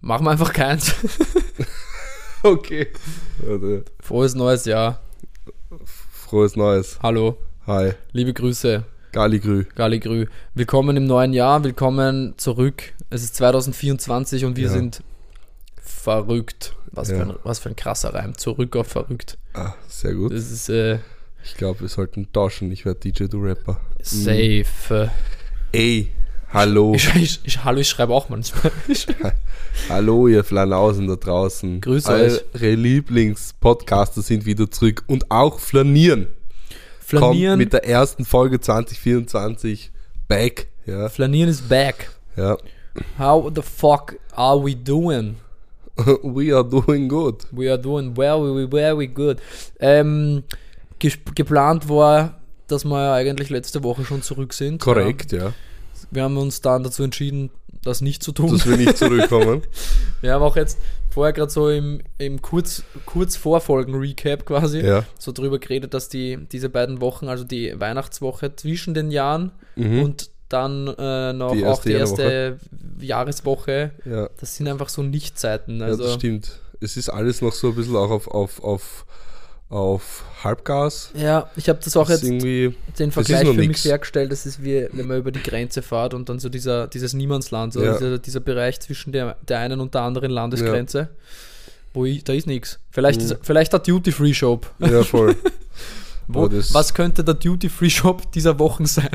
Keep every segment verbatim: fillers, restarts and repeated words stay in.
Machen wir einfach keins. Okay. Warte. Frohes neues Jahr. Frohes Neues. Hallo. Hi. Liebe Grüße. Galligrü. Galligrü. Willkommen im neuen Jahr. Willkommen zurück. Es ist zwanzig vierundzwanzig und wir Ja. sind verrückt. Was, Ja. für ein, was für ein krasser Reim. Zurück auf verrückt. Ah, sehr gut. Das ist äh, Ich glaube, wir sollten tauschen. Ich werde D J, du Rapper. safe. Ey, hallo. Ich, ich, ich, hallo, ich schreibe auch manchmal. Hallo, ihr Flanausen da draußen. Grüß euch. Eure Lieblingspodcaster sind wieder zurück. Und auch Flanieren. Flanieren, Kommt mit der ersten Folge zwanzig vierundzwanzig back. Ja. Flanieren is back. ja. How the fuck are we doing? We are doing good. We are doing very, very good. Ähm, ges- geplant war, dass wir ja eigentlich letzte Woche schon zurück sind. Korrekt, ja. Ja. Wir haben uns dann dazu entschieden, das nicht zu tun. Dass wir nicht zurückkommen. Wir haben auch jetzt vorher gerade so im, im Kurz, Kurz-Vorfolgen-Recap quasi Ja. so drüber geredet, dass die diese beiden Wochen, also die Weihnachtswoche zwischen den Jahren Mhm. und dann äh, noch Die auch erste die erste Jahreswoche, Ja. das sind einfach so Nichtzeiten. Ja, Also das stimmt. Es ist alles noch so ein bisschen auch auf, auf, auf, auf Halbgas. ja, ich habe das auch Das ist jetzt irgendwie, den ist Vergleich noch für mich nix. hergestellt, das ist wie, wenn man über die Grenze fährt und dann so dieser, dieses Niemandsland, so Ja. dieser, dieser Bereich zwischen der, der einen und der anderen Landesgrenze, wo ich, da ist nichts. Vielleicht, Mhm. ist, vielleicht der Duty-Free-Shop. ja voll. Wo, Aber das- was könnte der Duty-Free-Shop dieser Wochen sein?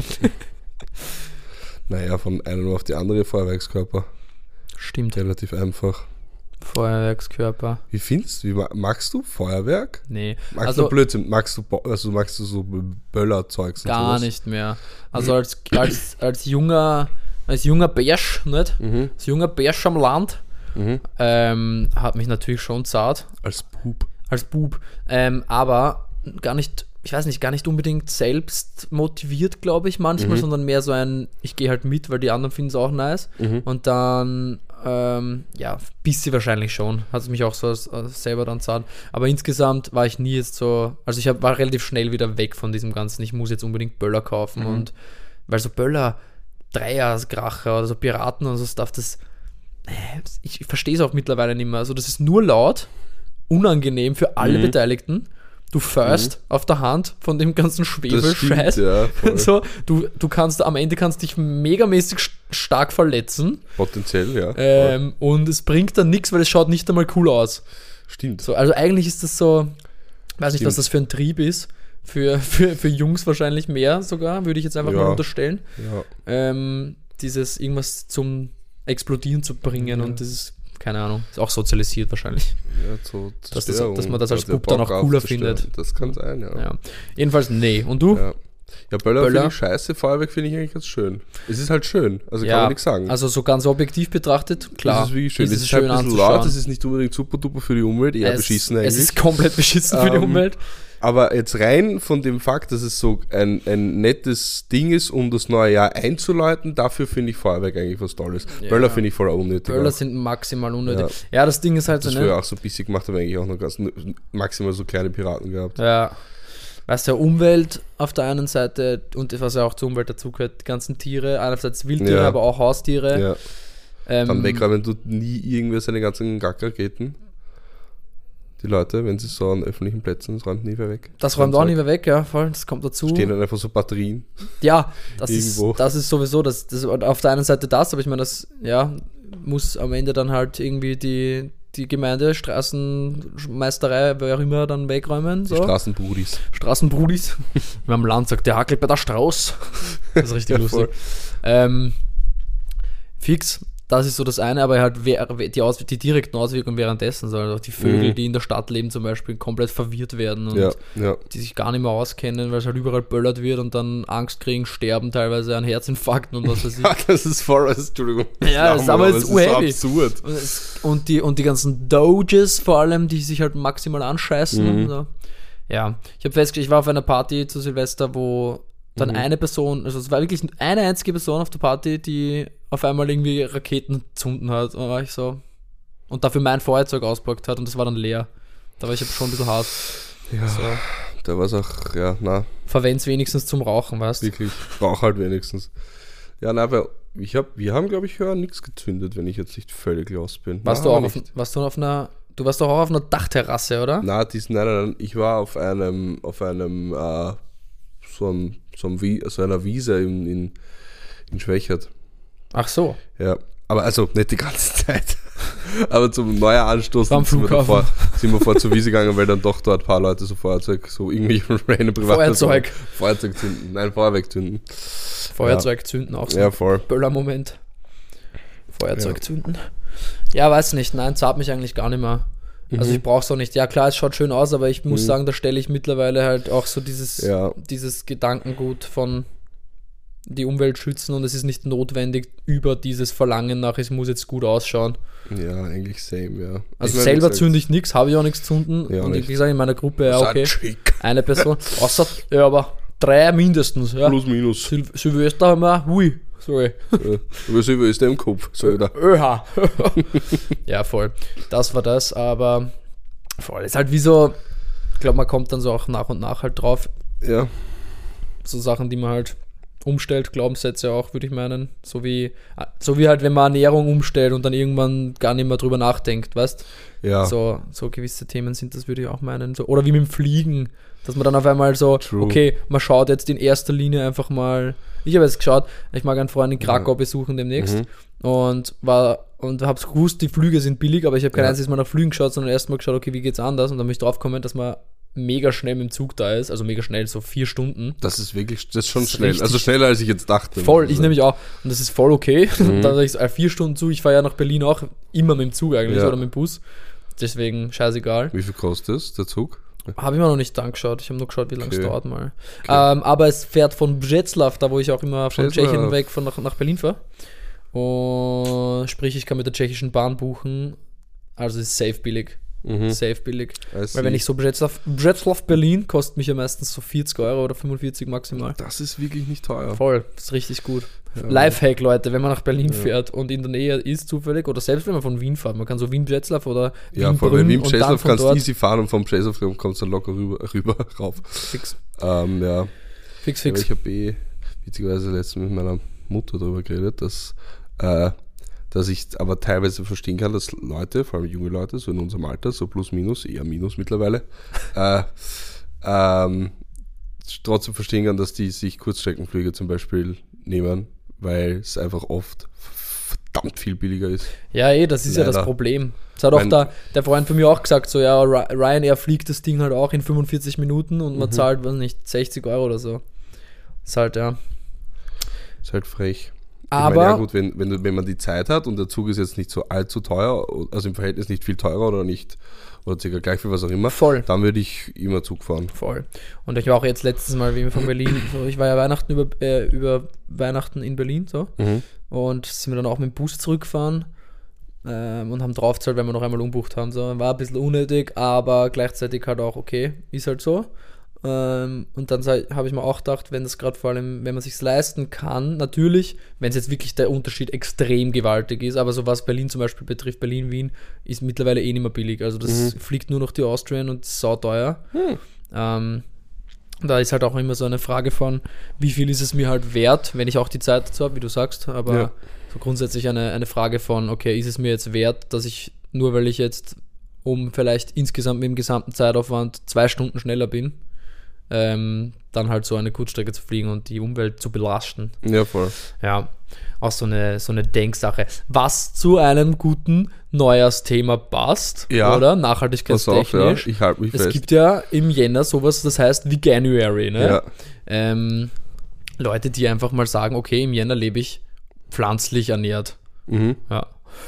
Naja, von einer auf die andere Feuerwerkskörper. Stimmt, Relativ einfach. Feuerwerkskörper. Wie findest du, wie ma- magst du Feuerwerk? Nee, Magst also du Blödsinn? Magst du, Bo- also magst du so B- Böllerzeugs und gar sowas? nicht mehr. Also als, als, als junger, als junger Bärsch, nicht? Mhm. Als junger Bärsch am Land, Mhm. ähm, hat mich natürlich schon zart. Als Bub. Als Bub, ähm, aber gar nicht, ich weiß nicht, gar nicht unbedingt selbst motiviert, glaube ich, manchmal, Mhm. sondern mehr so ein, ich gehe halt mit, weil die anderen finden es auch nice. Mhm. Und dann, ähm, ja, bisschen wahrscheinlich schon, hat es mich auch so als, als selber dann zart. Aber insgesamt war ich nie jetzt so, also ich hab, war relativ schnell wieder weg von diesem Ganzen, ich muss jetzt unbedingt Böller kaufen Mhm. und, weil so Böller, Dreierskracher oder so Piraten und so Stuff, das, äh, ich verstehe es auch mittlerweile nicht mehr. Also das ist nur laut, unangenehm für alle Mhm. Beteiligten. Du fährst auf der Hand von dem ganzen Das Schwefelscheiß. stimmt, ja. Voll. So, du, du kannst am Ende kannst dich megamäßig st- stark verletzen, Potenziell, ja. Voll. ähm, und es bringt dann nichts, weil es schaut nicht einmal cool aus. Stimmt. So, also eigentlich ist das so, weiß nicht, Stimmt. was das für ein Trieb ist. Für, für, für Jungs wahrscheinlich mehr sogar, würde ich jetzt einfach Ja. mal unterstellen. Ja. Ähm, dieses irgendwas zum Explodieren zu bringen Ja. und das ist, keine Ahnung, ist auch sozialisiert wahrscheinlich. Ja, so Dass das- Zerstörung. dass man das als Also der Bub dann auch Bock auf cooler Zerstörung. findet. Das kann sein, ja. Ja. Jedenfalls, nee. Und du? Ja, ja Böller, Böller? finde ich scheiße, Feuerwerk finde ich eigentlich ganz schön. Es ist halt schön, also Ja, kann man nichts sagen. Also so ganz objektiv betrachtet, klar. Es ist wirklich schön. ist Es ist halt ein bisschen anzuschauen. laut, es ist nicht unbedingt super duper für die Umwelt, eher es, beschissen eigentlich. Es ist komplett beschissen für die Ähm, Umwelt. Aber jetzt rein von dem Fakt, dass es so ein, ein nettes Ding ist, um das neue Jahr einzuläuten, dafür finde ich Feuerwerk eigentlich was Tolles. Ja. Böller finde ich voll unnötig. Böller auch. sind maximal unnötig. Ja, das Ding ist halt das so, früher ne? auch so bissig gemacht, aber eigentlich auch noch ganz maximal so kleine Piraten gehabt. Ja. Weißt du, Umwelt auf der einen Seite und was ja auch zur Umwelt dazugehört, die ganzen Tiere, einerseits Wildtiere, Ja. aber auch Haustiere. Ja. Ähm, Dann wegräumen tut nie irgendwer seine ganzen Gackraketen. Die Leute, wenn sie so an öffentlichen Plätzen, das räumt nie wer weg. Das räumt auch nicht mehr weg, ja, voll, das kommt dazu. Stehen dann einfach so Batterien. Ja, das ist, Irgendwo. das ist sowieso, das, das auf der einen Seite das, aber ich meine, das, ja, muss am Ende dann halt irgendwie die, die Gemeinde, Straßenmeisterei, wer auch immer, dann wegräumen. Die So. Straßenbrudis. Straßenbrudis. Wenn man am Land sagt, der hackelt bei der Strauß. Das ist richtig Ja, lustig. voll. Ähm, fix, das ist so das eine, aber halt wer- die, Aus, die direkten Auswirkungen währenddessen, so also auch die Vögel, Mhm. die in der Stadt leben zum Beispiel, komplett verwirrt werden und Ja, ja. die sich gar nicht mehr auskennen, weil es halt überall böllert wird und dann Angst kriegen, sterben teilweise an Herzinfarkten und was weiß ich. Ja, das ist voll, Entschuldigung. Ja, das ist aber jetzt es ist so urheavy. absurd. Und, es, und, die, und die ganzen Doges vor allem, die sich halt maximal anscheißen. Mhm. Und so. Ja, ich habe festgestellt, ich war auf einer Party zu Silvester, wo dann Mhm. eine Person, also es war wirklich eine einzige Person auf der Party, die auf einmal irgendwie Raketen zünden hat. Und da war ich so. Und dafür mein Feuerzeug auspackt hat und das war dann leer. Da war ich schon ein bisschen hart. Ja, So. da war es auch, ja, na, Verwend's wenigstens zum Rauchen, weißt du? wirklich. Rauch halt wenigstens. Ja, na, bei, ich hab, wir haben, glaube ich, ja nichts gezündet, wenn ich jetzt nicht völlig lost bin. Warst, Nein, du auch auf, nicht. warst du auf einer, du warst doch auch auf einer Dachterrasse, oder? Nein, dies, nein, nein, nein, ich war auf einem, auf einem, äh, so, einem, so, einem Wie, so einer Wiese in, in, in Schwächert. Ach so. Ja, aber also nicht die ganze Zeit. Aber zum Neuanstoß Am sind wir, Flughafen. davor, sind wir vor zur Wiese gegangen, weil dann doch dort ein paar Leute so Feuerzeug, so irgendwie random privat Feuerzeug. Feuerzeug zünden, nein, Feuerwerk zünden. Feuerzeug zünden auch so. Ja, voll. Böller-Moment. Feuerzeug Ja. zünden. Ja, weiß nicht. Nein, zahlt mich eigentlich gar nicht mehr. Also Mhm. ich brauche es auch nicht. Ja klar, es schaut schön aus, aber ich muss Mhm. sagen, da stelle ich mittlerweile halt auch so dieses, Ja. dieses Gedankengut von die Umwelt schützen und es ist nicht notwendig über dieses Verlangen nach, es muss jetzt gut ausschauen. Ja, eigentlich same, ja. Also Ich meine, selber wie gesagt, zünde ich nichts, habe ich auch nichts zünden. Ja, und nicht. wie gesagt, in meiner Gruppe, ja ist okay, auch schick. eine Person, außer, ja aber drei mindestens. Ja. Plus, minus. Sil Silvester haben wir, hui, sorry. Ja. Aber so ist der im Kopf, so da. Öha. Ja, voll. Das war das, aber voll. Ist halt wie so, ich glaube, man kommt dann so auch nach und nach halt drauf. Ja, So Sachen, die man halt umstellt, Glaubenssätze auch, würde ich meinen. So wie, so wie halt, wenn man Ernährung umstellt und dann irgendwann gar nicht mehr drüber nachdenkt, weißt? ja. So, so gewisse Themen sind das, würde ich auch meinen. So, oder wie mit dem Fliegen, dass man dann auf einmal so, True. okay, man schaut jetzt in erster Linie einfach mal. Ich habe jetzt geschaut, ich mag einen Freund in Krakau Ja. besuchen demnächst Mhm. und war und habe gewusst, die Flüge sind billig, aber ich habe kein Ja. einziges Mal nach Flügen geschaut, sondern erst mal geschaut, okay, wie geht's anders? Und dann bin ich drauf gekommen, dass man mega schnell mit dem Zug da ist, also mega schnell, so vier Stunden. Das ist wirklich, das ist schon Das ist schnell. richtig- Also schneller, als ich jetzt dachte. Voll, muss ich sagen. nämlich auch. Und das ist voll okay. Mhm. Und dann sag ich so, äh, vier Stunden Zug, ich fahre ja nach Berlin auch immer mit dem Zug eigentlich Ja. oder mit dem Bus. Deswegen scheißegal. Wie viel kostet es, der Zug? Habe ich mir noch nicht angeschaut. Ich habe nur geschaut, wie lange es Okay. dauert mal. Ähm, aber es fährt von Břeclav, da wo ich auch immer von Břeclav. Tschechien weg von nach, nach Berlin fahre. Und sprich, ich kann mit der tschechischen Bahn buchen. Also es ist safe billig. Mhm. Safe billig. I Weil wenn see. ich so Břeclav, Břeclav Berlin kostet mich ja meistens so vierzig Euro oder fünfundvierzig maximal. Das ist wirklich nicht teuer. Voll, das ist richtig gut. Ja. Lifehack, Leute, wenn man nach Berlin Ja. fährt und in der Nähe ist zufällig, oder selbst wenn man von Wien fährt, man kann so Wien-Břeclav oder Ja, vor allem Wien-Brünn im und dann Chasov von kannst du dort easy fahren und vom Chasov kommst du dann locker rüber, rüber rauf. fix, Ähm, ja. fix, Aber fix. ich habe eh witzigerweise letztens mit meiner Mutter darüber geredet, dass, äh, dass ich aber teilweise verstehen kann, dass Leute, vor allem junge Leute, so in unserem Alter, so plus minus, eher minus mittlerweile, äh, ähm, trotzdem verstehen kann, dass die sich Kurzstreckenflüge zum Beispiel nehmen, weil es einfach oft verdammt viel billiger ist. Ja, eh, das ist ja das Leider. Problem. Das hat auch Mein- der, der Freund von mir auch gesagt, so ja, Ry- Ryanair fliegt das Ding halt auch in fünfundvierzig Minuten und man Mhm. zahlt, weiß nicht, sechzig Euro oder so. Ist halt, ja. Ist halt frech. Aber, ich meine, ja gut, wenn, wenn, du, wenn man die Zeit hat und der Zug ist jetzt nicht so allzu teuer, also im Verhältnis nicht viel teurer oder nicht, oder circa gleich viel, was auch immer, voll. dann würde ich immer Zug fahren. Voll. Und ich war auch jetzt letztes Mal, wie wir von Berlin, so, ich war ja Weihnachten über, äh, über Weihnachten in Berlin, so. Mhm. Und sind wir dann auch mit dem Bus zurückgefahren ähm, und haben draufgezahlt, wenn wir noch einmal umbucht haben. So. War ein bisschen unnötig, aber gleichzeitig halt auch okay, ist halt so. Ähm, und dann habe ich mir auch gedacht, wenn das gerade vor allem, wenn man sich leisten kann, natürlich, wenn es jetzt wirklich der Unterschied extrem gewaltig ist, aber so was Berlin zum Beispiel betrifft, Berlin-Wien, ist mittlerweile eh nicht mehr billig. Also das Mhm. fliegt nur noch die Austrian und ist sauteuer. Hm. Ähm, da ist halt auch immer so eine Frage von, wie viel ist es mir halt wert, wenn ich auch die Zeit dazu habe, wie du sagst, aber Ja. so grundsätzlich eine, eine Frage von, okay, ist es mir jetzt wert, dass ich, nur weil ich jetzt um vielleicht insgesamt mit dem gesamten Zeitaufwand zwei Stunden schneller bin, ähm, dann halt so eine Kurzstrecke zu fliegen und die Umwelt zu belasten. Ja, voll. Ja, auch so eine, so eine Denksache. Was zu einem guten Neujahrsthema passt, Ja. oder? Pass auf, ja, Nachhaltigkeitstechnisch. ich halte mich Es fest. gibt ja im Jänner sowas, das heißt Veganuary, ne? Ja. Ähm, Leute, die einfach mal sagen, okay, im Jänner lebe ich pflanzlich ernährt. Mhm. Ja.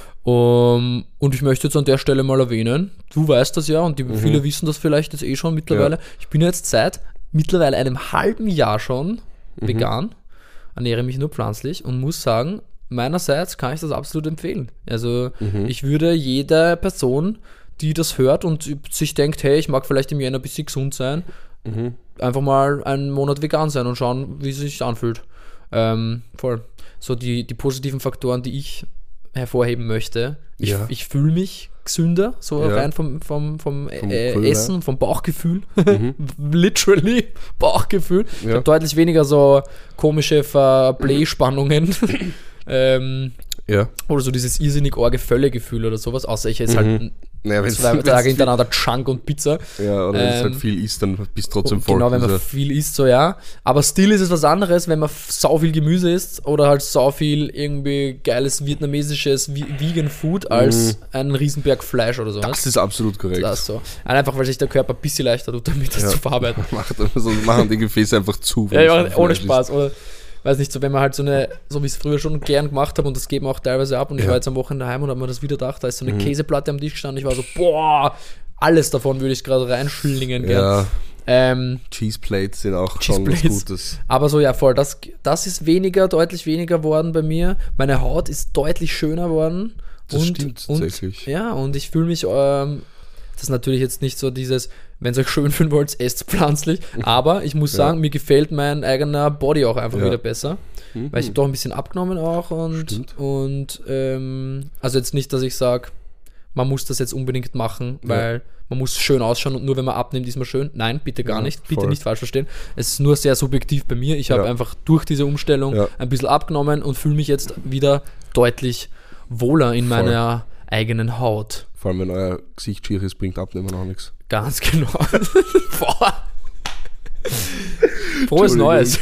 Um, und ich möchte jetzt an der Stelle mal erwähnen, du weißt das ja und die, viele wissen das vielleicht jetzt eh schon mittlerweile. Ich bin jetzt seit mittlerweile einem halben Jahr schon vegan, ernähre mich nur pflanzlich und muss sagen, meinerseits kann ich das absolut empfehlen. Also ich würde jede Person, die das hört und sich denkt, hey, ich mag vielleicht im Jänner ein bisschen gesund sein, Mhm. einfach mal einen Monat vegan sein und schauen, wie es sich anfühlt. Ähm, voll. So die, die positiven Faktoren, die ich hervorheben möchte. Ich, Ja. ich fühle mich gesünder, so Ja. rein vom, vom, vom, Vom äh, Gefühl, Essen, vom Bauchgefühl. Mhm. Literally Bauchgefühl. Ich Ja. habe deutlich weniger so komische Verblähspannungen. Ähm, Ja. oder so dieses irrsinnig arge Völlegefühl oder sowas, außer ich esse Mhm. halt Naja, wenn's- zwei wenn's Tage viel- hintereinander Junk und Pizza. Ja, oder wenn es Ähm, halt viel isst, dann bist du trotzdem voll. Genau, wenn man Also, viel isst, so ja. Aber still ist es was anderes, wenn man f- sau viel Gemüse isst oder halt sau viel irgendwie geiles vietnamesisches Vi- Vegan Food als einen Riesenberg Fleisch oder so. das ist absolut korrekt. Das so. Einfach, weil sich der Körper ein bisschen leichter tut, damit das Ja. zu verarbeiten. Macht, sonst machen die Gefäße einfach zu. wenn Ja, es ja, viel ohne Fleisch Spaß. Oder, weiß nicht, so wenn man halt so eine, so wie ich es früher schon gern gemacht habe und das geht mir auch teilweise ab und ich Ja. war jetzt am Wochenende daheim und habe mir das wieder gedacht, da ist so eine Käseplatte am Tisch gestanden, ich war so, boah, alles davon würde ich gerade reinschlingen isst. gern. Ja, Ähm, Cheese Plates sind auch Cheese schon was Plates. Gutes. aber so, ja, voll, das, das ist weniger, deutlich weniger worden bei mir. Meine Haut ist deutlich schöner worden. Das und, stimmt und, tatsächlich. Ja, und ich fühle mich, ähm, das ist natürlich jetzt nicht so dieses, wenn ihr euch schön fühlen wollt, esst pflanzlich, aber ich muss Ja. sagen, mir gefällt mein eigener Body auch einfach Ja. wieder besser, Mhm. weil ich habe doch ein bisschen abgenommen auch und, Stimmt. und ähm, also jetzt nicht, dass ich sage, man muss das jetzt unbedingt machen, weil man muss schön ausschauen und nur wenn man abnimmt, ist man schön. Nein, bitte gar Ja, nicht, bitte voll. nicht falsch verstehen. Es ist nur sehr subjektiv bei mir. Ich habe Ja. einfach durch diese Umstellung Ja. ein bisschen abgenommen und fühle mich jetzt wieder deutlich wohler in Voll. meiner eigenen Haut. Vor allem, wenn euer Gesicht schier ist, bringt Abnehmen auch nichts. Ganz genau. Boah. Frohes Entschuldigung. Neues.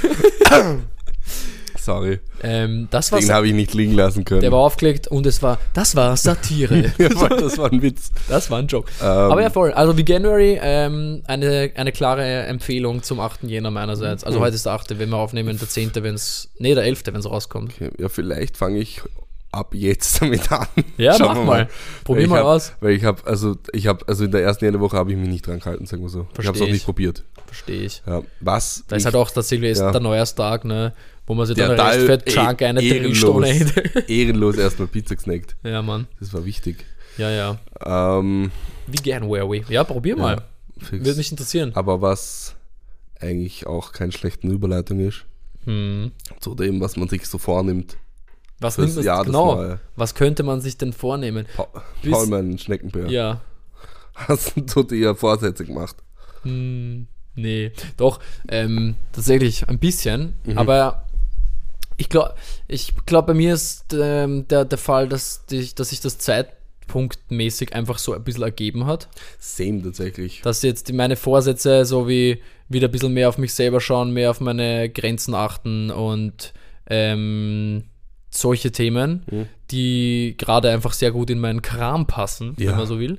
Sorry. ähm, das war Den habe ich nicht liegen lassen können. der war aufgelegt und es war, das war Satire. ja, voll, das war ein Witz. Das war ein Joke. Ähm, Aber ja, voll. Also Veganuary, ähm, eine, eine klare Empfehlung zum achten Jänner meinerseits. Also Mhm. heute ist der achte, wenn wir aufnehmen, der zehnte, wenn es, nee, der elfte, wenn es rauskommt. Okay, ja, vielleicht fange ich ab jetzt damit an. Ja, Schauen mach wir mal. Probier Weil ich mal hab, aus. Weil ich habe, also ich habe, also in der ersten Januarwoche habe ich mich nicht dran gehalten, sagen wir so. ich habe es auch ich. nicht probiert. Verstehe ich. Ja, was? Da ist mich- halt auch der Silvester, Ja. der Neujahrstag, ne, wo man sich Der dann da- recht fett eh- Junk eine ehrenlos. drischt ohne Ende. ehrenlos erstmal Pizza gesnackt. Ja, Mann. Das war wichtig. Ja, ja. Ähm, Veganuary. Ja, probier mal. ja, fix. Würde mich interessieren. Aber was eigentlich auch keine schlechte Überleitung ist, Hm. zu dem, was man sich so vornimmt. Was Fürs nimmt man Jahr das genau? Neue. Was könnte man sich denn vornehmen? Pa Bis- Paul, mein Schneckenbär. Ja. Hast du dir Vorsätze gemacht? Hm, nee, doch, ähm, tatsächlich ein bisschen, Mhm. aber ich glaube, ich glaub, bei mir ist ähm, der, der Fall, dass, die, dass sich das zeitpunktmäßig einfach so ein bisschen ergeben hat, Same tatsächlich. dass jetzt die, meine Vorsätze so wie wieder ein bisschen mehr auf mich selber schauen, mehr auf meine Grenzen achten und ähm, solche Themen, Mhm. die gerade einfach sehr gut in meinen Kram passen, Ja. wenn man so will.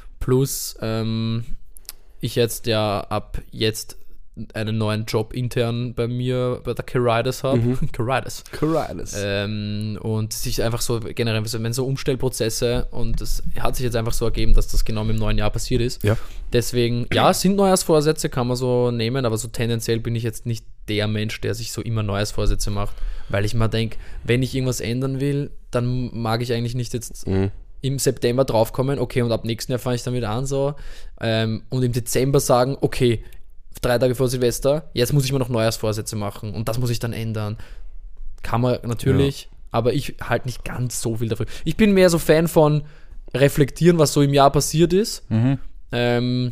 Plus ähm, ich jetzt ja ab jetzt einen neuen Job intern bei mir bei der Carides habe. Mhm. Carides. Corrales. Ähm, und sich einfach so generell, wenn so Umstellprozesse und es hat sich jetzt einfach so ergeben, dass das genau im neuen Jahr passiert ist. ja. Deswegen, ja, es sind Neujahrsvorsätze, kann man so nehmen, aber so tendenziell bin ich jetzt nicht der Mensch, der sich so immer Neujahrsvorsätze macht, weil ich mir denke, wenn ich irgendwas ändern will, dann mag ich eigentlich nicht jetzt Mhm. im September draufkommen, okay, und ab nächsten Jahr fange ich dann wieder an, so, ähm, und im Dezember sagen, okay, drei Tage vor Silvester, jetzt muss ich mir noch Neujahrsvorsätze machen und das muss ich dann ändern. Kann man natürlich, aber ich halt nicht ganz so viel dafür. Ich bin mehr so Fan von reflektieren, was so im Jahr passiert ist. Mhm. Ähm,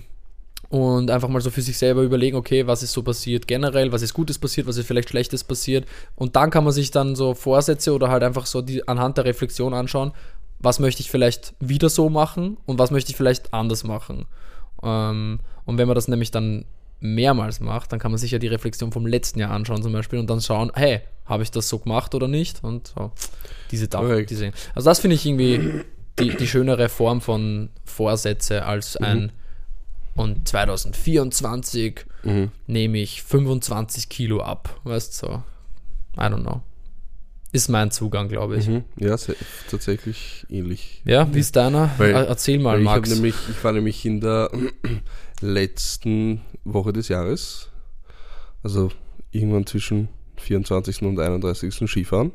und einfach mal so für sich selber überlegen, okay, was ist so passiert generell, was ist Gutes passiert, was ist vielleicht Schlechtes passiert. Und dann kann man sich dann so Vorsätze oder halt einfach so die anhand der Reflexion anschauen, was möchte ich vielleicht wieder so machen und was möchte ich vielleicht anders machen. Ähm, und wenn man das nämlich dann mehrmals macht, dann kann man sich ja die Reflexion vom letzten Jahr anschauen zum Beispiel und dann schauen, hey, habe ich das so gemacht oder nicht? Und so, diese Dach, Korrekt. diese. Also das finde ich irgendwie die, die schönere Form von Vorsätze als ein und zwanzig vierundzwanzig Mhm. nehme ich fünfundzwanzig Kilo ab, weißt du, so. I don't know. Ist mein Zugang, glaube ich. Mhm. Ja, se- tatsächlich ähnlich. Ja, wie ist deiner? Weil- Er- Erzähl mal, Weil ich, hab Max. nämlich, ich war nämlich in der letzten Woche des Jahres, also irgendwann zwischen vierundzwanzigsten und einunddreißigsten Skifahren.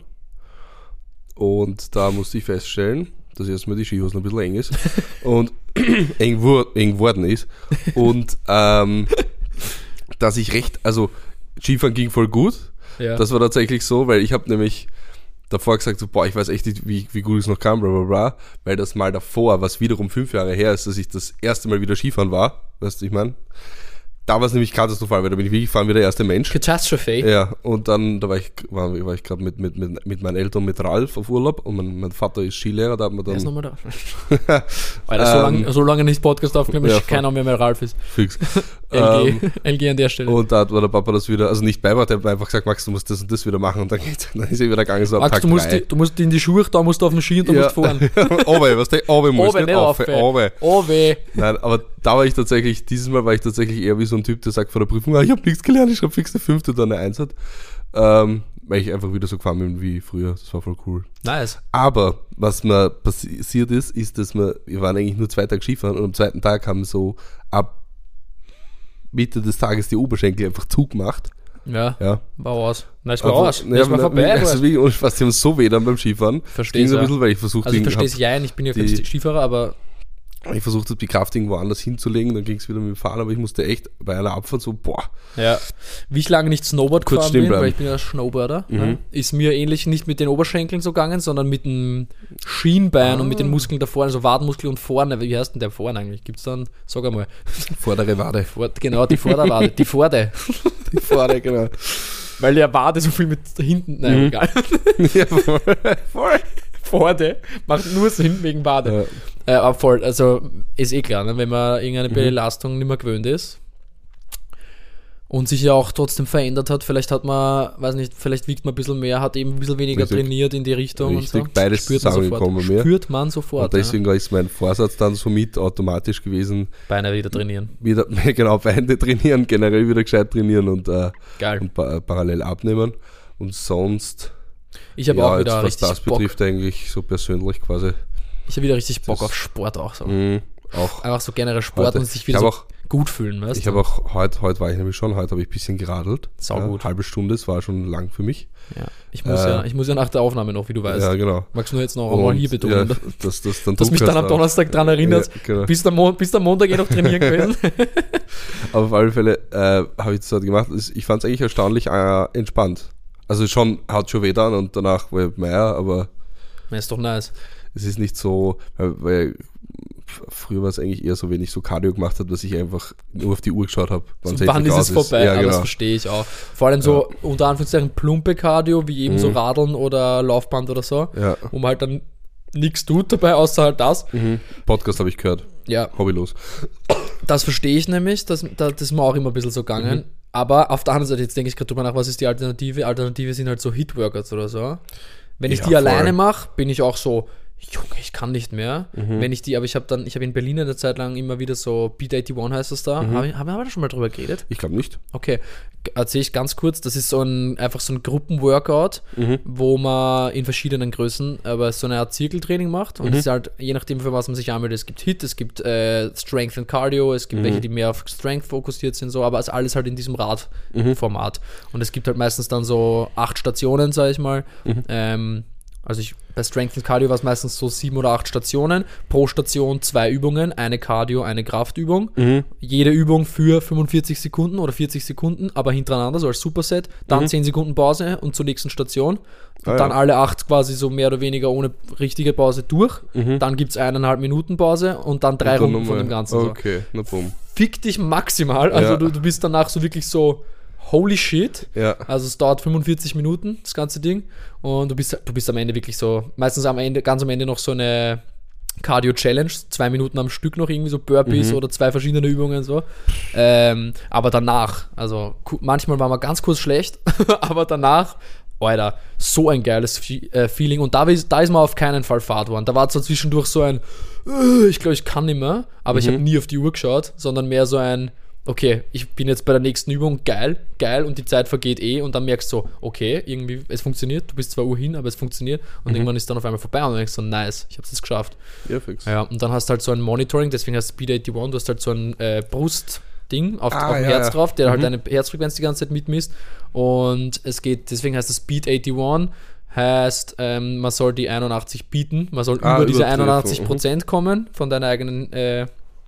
Und da musste ich feststellen, dass jetzt mal die Skihose ein bisschen eng ist und eng, wur eng geworden ist. Und ähm, dass ich recht, also Skifahren ging voll gut. Ja. Das war tatsächlich so, weil ich habe nämlich davor gesagt, so, boah, ich weiß echt nicht, wie, wie gut es noch kam, bla bla bla, weil das mal davor, was wiederum fünf Jahre her ist, dass ich das erste Mal wieder Skifahren war, weißt du, ich meine, da war es nämlich katastrophal, weil da bin ich wirklich gefahren wie der erste Mensch. Catastrophe. Ja, und dann da war ich, war, war ich gerade mit, mit, mit, mit meinen Eltern, mit Ralf auf Urlaub und mein, mein Vater ist Skilehrer, da hat man Wer ist dann... nochmal da? Alter, so, Ähm, lang, so lange nicht Podcast aufgenommen, ja, dass keiner mehr mehr Ralf ist. Fix. L G, Ähm, L G an der Stelle. Und da hat mir der Papa das wieder, also nicht beibracht, der hat mir einfach gesagt, Max, du musst das und das wieder machen und dann, geht, dann ist er wieder gegangen, so ab Max, Tag du musst, drei. die, du musst in die Schuhe, da musst du auf den Ski und da musst du fahren. Obe, was der Obe muss, Obe, nicht nicht auf, auf. Obe. Oh weh. Nein, aber da war ich tatsächlich, dieses Mal war ich tatsächlich eher wie so ein Typ, der sagt vor der Prüfung, ah, ich habe nichts gelernt, ich schreibe fix eine fünfte oder eine Eins hat. Ähm, weil ich einfach wieder so gefahren bin wie früher. Das war voll cool. Nice. Aber was mir passiert ist, ist, dass wir, wir waren eigentlich nur zwei Tage Skifahren und am zweiten Tag haben so ab Mitte des Tages die Oberschenkel einfach zugemacht. Ja, Ja. war aus. Nein, es war Aber- aus. Ja, Das war na- vorbei. Also Also, wie, und fast, die haben so weh dann beim Skifahren. Versteh's, Ging so ein ja. bisschen, weil ich versucht also ich hab- verstehe es ja, ich bin ja kein die- Skifahrer, aber ich versucht habe, die Kraft irgendwo anders hinzulegen, dann ging es wieder mit dem Fahren, aber ich musste echt bei einer Abfahrt so, boah, ja. Wie ich lange nicht Snowboard Kurz gefahren stehen bin, bleiben. weil ich bin ja Snowboarder, Mhm. ja, ist mir ähnlich nicht mit den Oberschenkeln so gegangen, sondern mit dem Schienbein Ah. und mit den Muskeln da vorne, also Wadenmuskel und vorne. Wie heißt denn der vorne eigentlich? Gibt's dann, sag einmal, vordere Wade. vor, genau, die Vorderwade, die Vorde. Die Vordere, genau. Weil der Wade so viel mit hinten, nein, Mhm. egal. Ja, voll. voll. Vorde macht nur Sinn wegen Wade. Ja. Äh, aber voll, also ist eh klar, ne? Wenn man irgendeine Mhm. Belastung nicht mehr gewöhnt ist und sich ja auch trotzdem verändert hat, vielleicht hat man, weiß nicht, vielleicht wiegt man ein bisschen mehr, hat eben ein bisschen weniger Richtig. trainiert in die Richtung Richtig, und so. beides Spürt man zusammengekommen sofort. bei mir. Spürt man sofort. Und deswegen ist mein Vorsatz dann somit automatisch gewesen, ja. Beine wieder trainieren. wieder, genau, Beine trainieren, generell wieder gescheit trainieren und, äh, Geil. und pa parallel abnehmen. Und sonst, Ich habe ja, auch jetzt, wieder was richtig das Bock. betrifft, eigentlich so persönlich quasi. Ich habe wieder richtig Bock Das- auf Sport auch so. Mhm, auch. Einfach so generell Sport Heute. und sich Ich wieder hab so auch- gut fühlen, weißt Ich du? habe auch, heute heute war ich nämlich schon, heute habe ich ein bisschen geradelt. Sau gut. Halbe Stunde, das war schon lang für mich. Ja. Ich, muss Äh, ja, ich muss ja nach der Aufnahme noch, wie du weißt. Ja, genau. Magst du nur jetzt noch einmal hier betonen? Ja, dass das dann dass mich Druck dann hast, am Donnerstag dran erinnert, Ja, genau. bist du am Mon bist am Montag eh noch trainieren gewesen? Aber auf alle Fälle äh, habe ich das halt gemacht. Ich fand es eigentlich erstaunlich äh, entspannt. Also schon, hat schon weh dann und danach war ich mehr, aber Ja, ist doch nice. es ist nicht so, weil, weil früher war es eigentlich eher so, wenn ich so Cardio gemacht habe, dass ich einfach nur auf die Uhr geschaut habe. So, wann ist es vorbei? Ja, aber das genau. verstehe ich auch. Vor allem so unter Anführungszeichen plumpe Cardio, wie eben so Radeln oder Laufband oder so, Ja. wo man halt dann nichts tut dabei, außer halt das. Mhm. Podcast habe ich gehört. Ja, Hobbylos. das verstehe ich nämlich, das, das ist mir auch immer ein bisschen so gegangen. Aber auf der anderen Seite, jetzt denke ich gerade drüber nach, was ist die Alternative? Alternative sind halt so Hit-Workouts oder so. Wenn ich Ja, die voll. alleine mache, bin ich auch so, Junge, ich kann nicht mehr. Mhm. Wenn ich die, aber ich habe dann, ich habe in Berlin eine Zeit lang immer wieder so Beat einundachtzig heißt das da. Mhm. Haben wir haben wir da schon mal drüber geredet? Ich glaube nicht. Okay, erzähle ich ganz kurz. Das ist so ein, einfach so ein Gruppenworkout, Mhm. wo man in verschiedenen Größen, aber so eine Art Zirkeltraining macht. Und Mhm. es ist halt, je nachdem, für was man sich anmeldet, es gibt Hit, es gibt äh, Strength and Cardio, es gibt Mhm. welche, die mehr auf Strength fokussiert sind, so, aber es ist alles halt in diesem Mhm. Radformat. Und es gibt halt meistens dann so acht Stationen, sag ich mal. Mhm. Ähm, also ich, bei Strength and Cardio war es meistens so sieben oder acht Stationen. Pro Station zwei Übungen, eine Cardio, eine Kraftübung. Mhm. Jede Übung für fünfundvierzig Sekunden oder vierzig Sekunden, aber hintereinander, so als Superset. Dann Mhm. zehn Sekunden Pause und zur nächsten Station. Und Ah, dann ja. alle acht quasi so mehr oder weniger ohne richtige Pause durch. Mhm. Dann gibt es eineinhalb Minuten Pause und dann drei Und dann Runden von nochmal- dem Ganzen. So. Okay, na bumm. Fick dich maximal. Also Ja. du, du bist danach so wirklich so holy shit. Ja. Also es dauert fünfundvierzig Minuten, das ganze Ding. Und du bist, du bist am Ende wirklich so, meistens am Ende, ganz am Ende noch so eine Cardio-Challenge, zwei Minuten am Stück noch irgendwie so Burpees Mhm. oder zwei verschiedene Übungen so. Ähm, aber danach, also ku- manchmal war man ganz kurz schlecht, aber danach, Alter, so ein geiles Fe- äh, Feeling. Und da ist, da ist man auf keinen Fall Fahrt geworden. Da war zwar zwischendurch so ein, äh, ich glaube, ich kann nicht mehr, aber ich Mhm. habe nie auf die Uhr geschaut, sondern mehr so ein, okay, ich bin jetzt bei der nächsten Übung, geil, geil, und die Zeit vergeht eh und dann merkst du so, okay, irgendwie, es funktioniert, du bist zwar Uhr hin, aber es funktioniert und Mhm. irgendwann ist dann auf einmal vorbei und dann denkst du so, nice, ich hab's jetzt geschafft. Ja, fix. Ja, und dann hast du halt so ein Monitoring, deswegen heißt Speed einundachtzig, du hast halt so ein äh, Brustding auf, Ah, auf dem ja, Herz ja. drauf, der halt Mhm. deine Herzfrequenz die ganze Zeit mitmisst und es geht, deswegen heißt es Speed einundachtzig, heißt, ähm, man soll die einundachtzig bieten, man soll Ah, über diese übertreffen, einundachtzig mhm. Prozent kommen von deiner eigenen äh,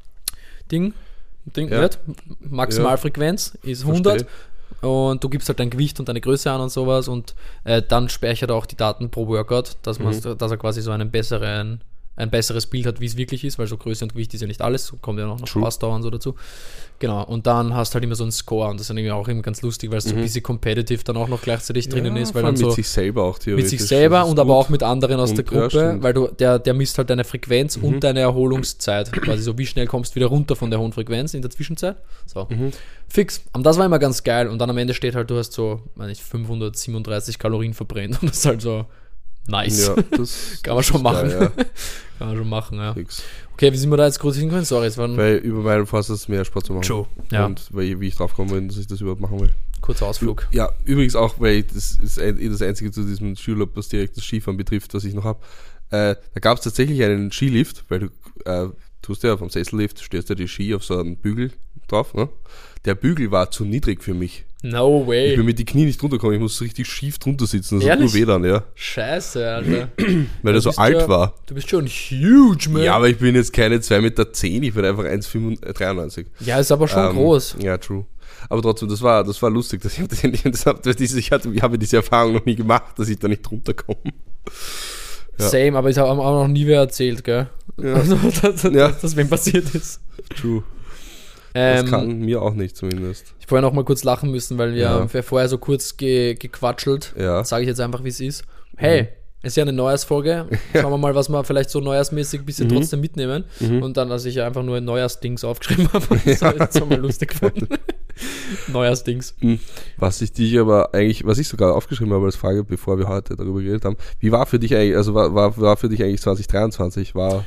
Ding, Ding Ja. nicht? Maximalfrequenz ist hundert und du gibst halt dein Gewicht und deine Größe an und sowas und äh, dann speichert er auch die Daten pro Workout, dass, man, Mhm. dass er quasi so einen besseren ein besseres Bild hat, wie es wirklich ist, weil so Größe und Gewicht ist ja nicht alles, so kommt ja noch, noch Spaßdauer und so dazu. Genau, und dann hast du halt immer so einen Score und das ist dann irgendwie auch immer ganz lustig, weil es mhm. so ein bisschen competitive dann auch noch gleichzeitig ja, drinnen ist, weil dann mit so sich selber auch theoretisch. Mit sich selber und gut. aber auch mit anderen aus und, der Gruppe, ja, weil du, der, der misst halt deine Frequenz mhm. und deine Erholungszeit, quasi so, wie schnell kommst du wieder runter von der hohen Frequenz in der Zwischenzeit. So, mhm. fix. Und das war immer ganz geil und dann am Ende steht halt, du hast so, meine ich, fünfhundertsiebenunddreißig Kalorien verbrennt und das ist halt so nice. Ja, das kann man schon machen. Geil, ja. Kann man schon machen, ja. Fix. Okay, wie sind wir da jetzt groß hingekommen? Sorry, es waren... Weil über meinen Vorsatz ist mehr Sport zu machen. True, ja. Und weil, wie ich drauf komme, dass ich das überhaupt machen will. Kurzer Ausflug. Ja, übrigens auch, weil das ist das Einzige zu diesem Skiurlaub, was direkt das Skifahren betrifft, was ich noch habe. Äh, da gab es tatsächlich einen Skilift, weil du äh, tust ja vom Sessellift, stößt ja die Ski auf so einen Bügel drauf. Ne? Der Bügel war zu niedrig für mich. No way. Ich bin mit die Knie nicht runtergekommen, ich muss richtig schief drunter sitzen. Das Ehrlich? hat nur weh dann, ja. Scheiße, Alter. Weil er so alt ja, war. Du bist schon huge, man. Ja, aber ich bin jetzt keine zwei Meter zehn, ich bin einfach eins Komma dreiundneunzig. Ja, ist aber schon ähm, groß. Ja, true. Aber trotzdem, das war, das war lustig. Dass ich, das, das, diese, ich, hatte, ich habe diese Erfahrung noch nie gemacht, dass ich da nicht runterkomme. Ja. Same, aber ich habe auch noch nie wer erzählt, gell? Ja. Also, dass, ja. dass das wem passiert ist. True. Ähm, das kann mir auch nicht zumindest. Ich vorher noch mal kurz lachen müssen, weil wir, Ja. wir vorher so kurz ge, gequatschelt. Ja. Sage ich jetzt einfach, wie es ist. Hey, Mhm. es ist ja eine Neujahrsfolge. Schauen wir mal, was wir vielleicht so neujahrsmäßig ein bisschen Mhm. trotzdem mitnehmen. Mhm. Und dann, dass ich ja einfach nur ein Neujahrsdings aufgeschrieben habe. Das habe ich jetzt so mal lustig gefunden. Neujahrsdings. Was ich dich aber eigentlich, was ich sogar aufgeschrieben habe als Frage, bevor wir heute darüber geredet haben, wie war für dich eigentlich, also war, war, war für dich eigentlich zwanzig dreiundzwanzig? War,